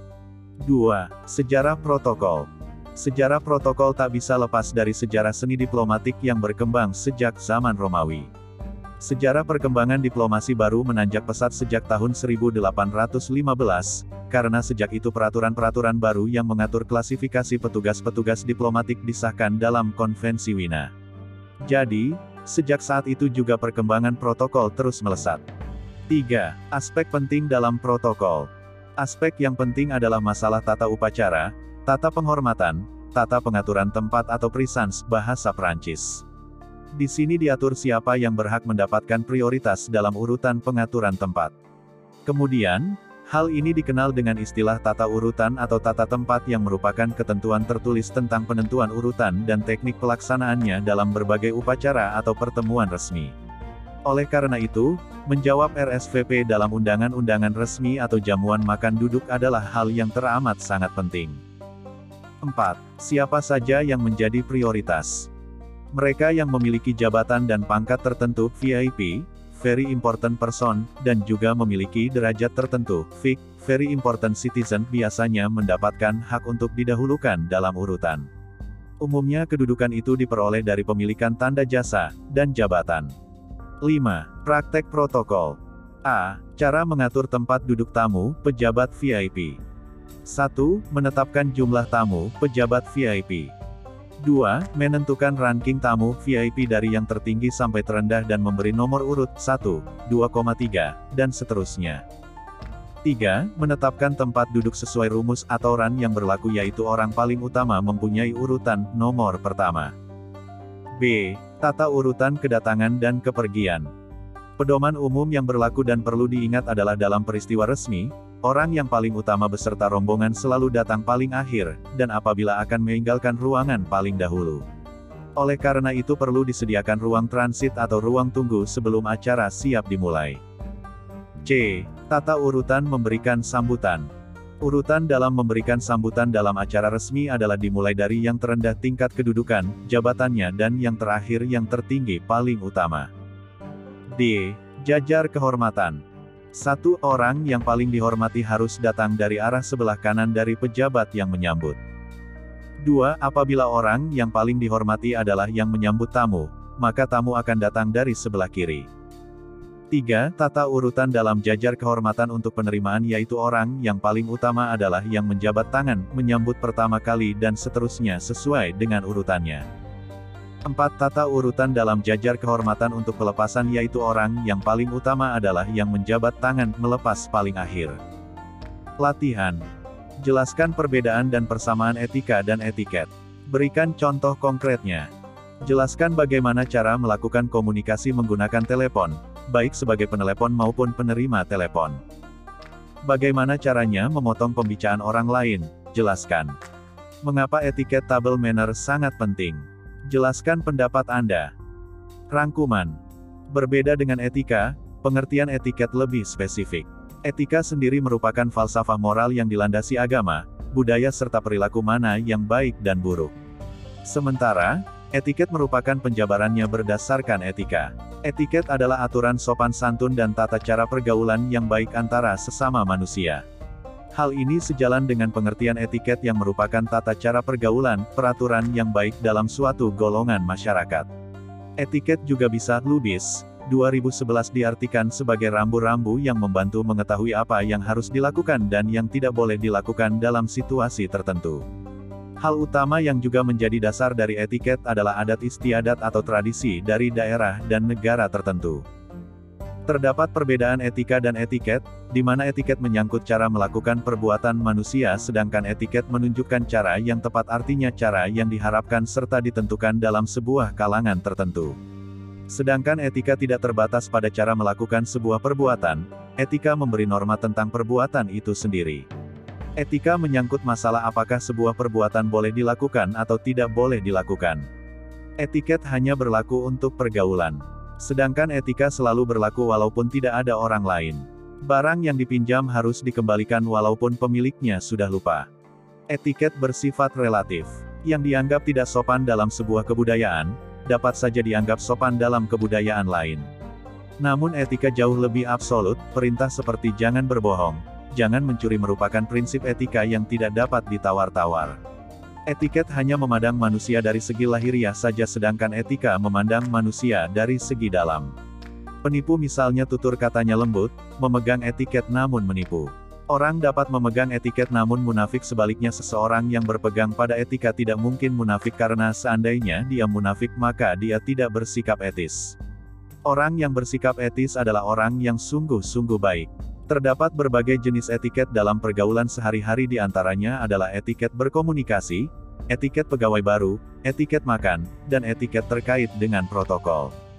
dua. Sejarah protokol. Sejarah protokol tak bisa lepas dari sejarah seni diplomatik yang berkembang sejak zaman Romawi. Sejarah perkembangan diplomasi baru menanjak pesat sejak tahun seribu delapan ratus lima belas, karena sejak itu peraturan-peraturan baru yang mengatur klasifikasi petugas-petugas diplomatik disahkan dalam Konvensi Wina. Jadi, sejak saat itu juga perkembangan protokol terus melesat. tiga. Aspek penting dalam protokol. Aspek yang penting adalah masalah tata upacara, tata penghormatan, tata pengaturan tempat atau prisans bahasa Prancis. Di sini diatur siapa yang berhak mendapatkan prioritas dalam urutan pengaturan tempat. Kemudian, hal ini dikenal dengan istilah tata urutan atau tata tempat yang merupakan ketentuan tertulis tentang penentuan urutan dan teknik pelaksanaannya dalam berbagai upacara atau pertemuan resmi. Oleh karena itu, menjawab R S V P dalam undangan-undangan resmi atau jamuan makan duduk adalah hal yang teramat sangat penting. empat. Siapa saja yang menjadi prioritas? Mereka yang memiliki jabatan dan pangkat tertentu, V I P, Very Important Person, dan juga memiliki derajat tertentu, V I C, Very Important Citizen, biasanya mendapatkan hak untuk didahulukan dalam urutan. Umumnya kedudukan itu diperoleh dari pemilikan tanda jasa, dan jabatan. lima. Praktek protokol. A. Cara mengatur tempat duduk tamu, pejabat V I P. satu. Menetapkan jumlah tamu, pejabat V I P. dua. Menentukan ranking tamu V I P dari yang tertinggi sampai terendah dan memberi nomor urut satu, dua, tiga, dan seterusnya. tiga. Menetapkan tempat duduk sesuai rumus atau ran yang berlaku, yaitu orang paling utama mempunyai urutan nomor pertama. B. Tata urutan kedatangan dan kepergian. Pedoman umum yang berlaku dan perlu diingat adalah dalam peristiwa resmi, orang yang paling utama beserta rombongan selalu datang paling akhir, dan apabila akan meninggalkan ruangan paling dahulu. Oleh karena itu perlu disediakan ruang transit atau ruang tunggu sebelum acara siap dimulai. C. Tata urutan memberikan sambutan. Urutan dalam memberikan sambutan dalam acara resmi adalah dimulai dari yang terendah tingkat kedudukan, jabatannya dan yang terakhir yang tertinggi paling utama. D. Jajar kehormatan. Satu orang yang paling dihormati harus datang dari arah sebelah kanan dari pejabat yang menyambut. Dua. Apabila orang yang paling dihormati adalah yang menyambut tamu, maka tamu akan datang dari sebelah kiri. Tiga. Tata urutan dalam jajar kehormatan untuk penerimaan, yaitu orang yang paling utama adalah yang menjabat tangan, menyambut pertama kali dan seterusnya sesuai dengan urutannya. Empat. Tata urutan dalam jajar kehormatan untuk pelepasan, yaitu orang yang paling utama adalah yang menjabat tangan, melepas paling akhir. Latihan. Jelaskan perbedaan dan persamaan etika dan etiket. Berikan contoh konkretnya. Jelaskan bagaimana cara melakukan komunikasi menggunakan telepon, baik sebagai penelepon maupun penerima telepon. Bagaimana caranya memotong pembicaraan orang lain? Jelaskan. Mengapa etiket table manner sangat penting? Jelaskan pendapat Anda. Rangkuman. Berbeda dengan etika, pengertian etiket lebih spesifik. Etika sendiri merupakan falsafah moral yang dilandasi agama, budaya serta perilaku mana yang baik dan buruk. Sementara, etiket merupakan penjabarannya berdasarkan etika. Etiket adalah aturan sopan santun dan tata cara pergaulan yang baik antara sesama manusia. Hal ini sejalan dengan pengertian etiket yang merupakan tata cara pergaulan, peraturan yang baik dalam suatu golongan masyarakat. Etiket juga bisa, Lubis, dua ribu sebelas diartikan sebagai rambu-rambu yang membantu mengetahui apa yang harus dilakukan dan yang tidak boleh dilakukan dalam situasi tertentu. Hal utama yang juga menjadi dasar dari etiket adalah adat istiadat atau tradisi dari daerah dan negara tertentu. Terdapat perbedaan etika dan etiket, di mana etiket menyangkut cara melakukan perbuatan manusia sedangkan etiket menunjukkan cara yang tepat, artinya cara yang diharapkan serta ditentukan dalam sebuah kalangan tertentu. Sedangkan etika tidak terbatas pada cara melakukan sebuah perbuatan, etika memberi norma tentang perbuatan itu sendiri. Etika menyangkut masalah apakah sebuah perbuatan boleh dilakukan atau tidak boleh dilakukan. Etiket hanya berlaku untuk pergaulan. Sedangkan etika selalu berlaku walaupun tidak ada orang lain. Barang yang dipinjam harus dikembalikan walaupun pemiliknya sudah lupa. Etiket bersifat relatif. Yang dianggap tidak sopan dalam sebuah kebudayaan, dapat saja dianggap sopan dalam kebudayaan lain. Namun etika jauh lebih absolut, perintah seperti jangan berbohong, jangan mencuri merupakan prinsip etika yang tidak dapat ditawar-tawar. Etiket hanya memandang manusia dari segi lahiriah saja sedangkan etika memandang manusia dari segi dalam. Penipu misalnya tutur katanya lembut, memegang etiket namun menipu. Orang dapat memegang etiket namun munafik sebaliknya seseorang yang berpegang pada etika tidak mungkin munafik karena seandainya dia munafik maka dia tidak bersikap etis. Orang yang bersikap etis adalah orang yang sungguh-sungguh baik. Terdapat berbagai jenis etiket dalam pergaulan sehari-hari di antaranya adalah etiket berkomunikasi, etiket pegawai baru, etiket makan, dan etiket terkait dengan protokol.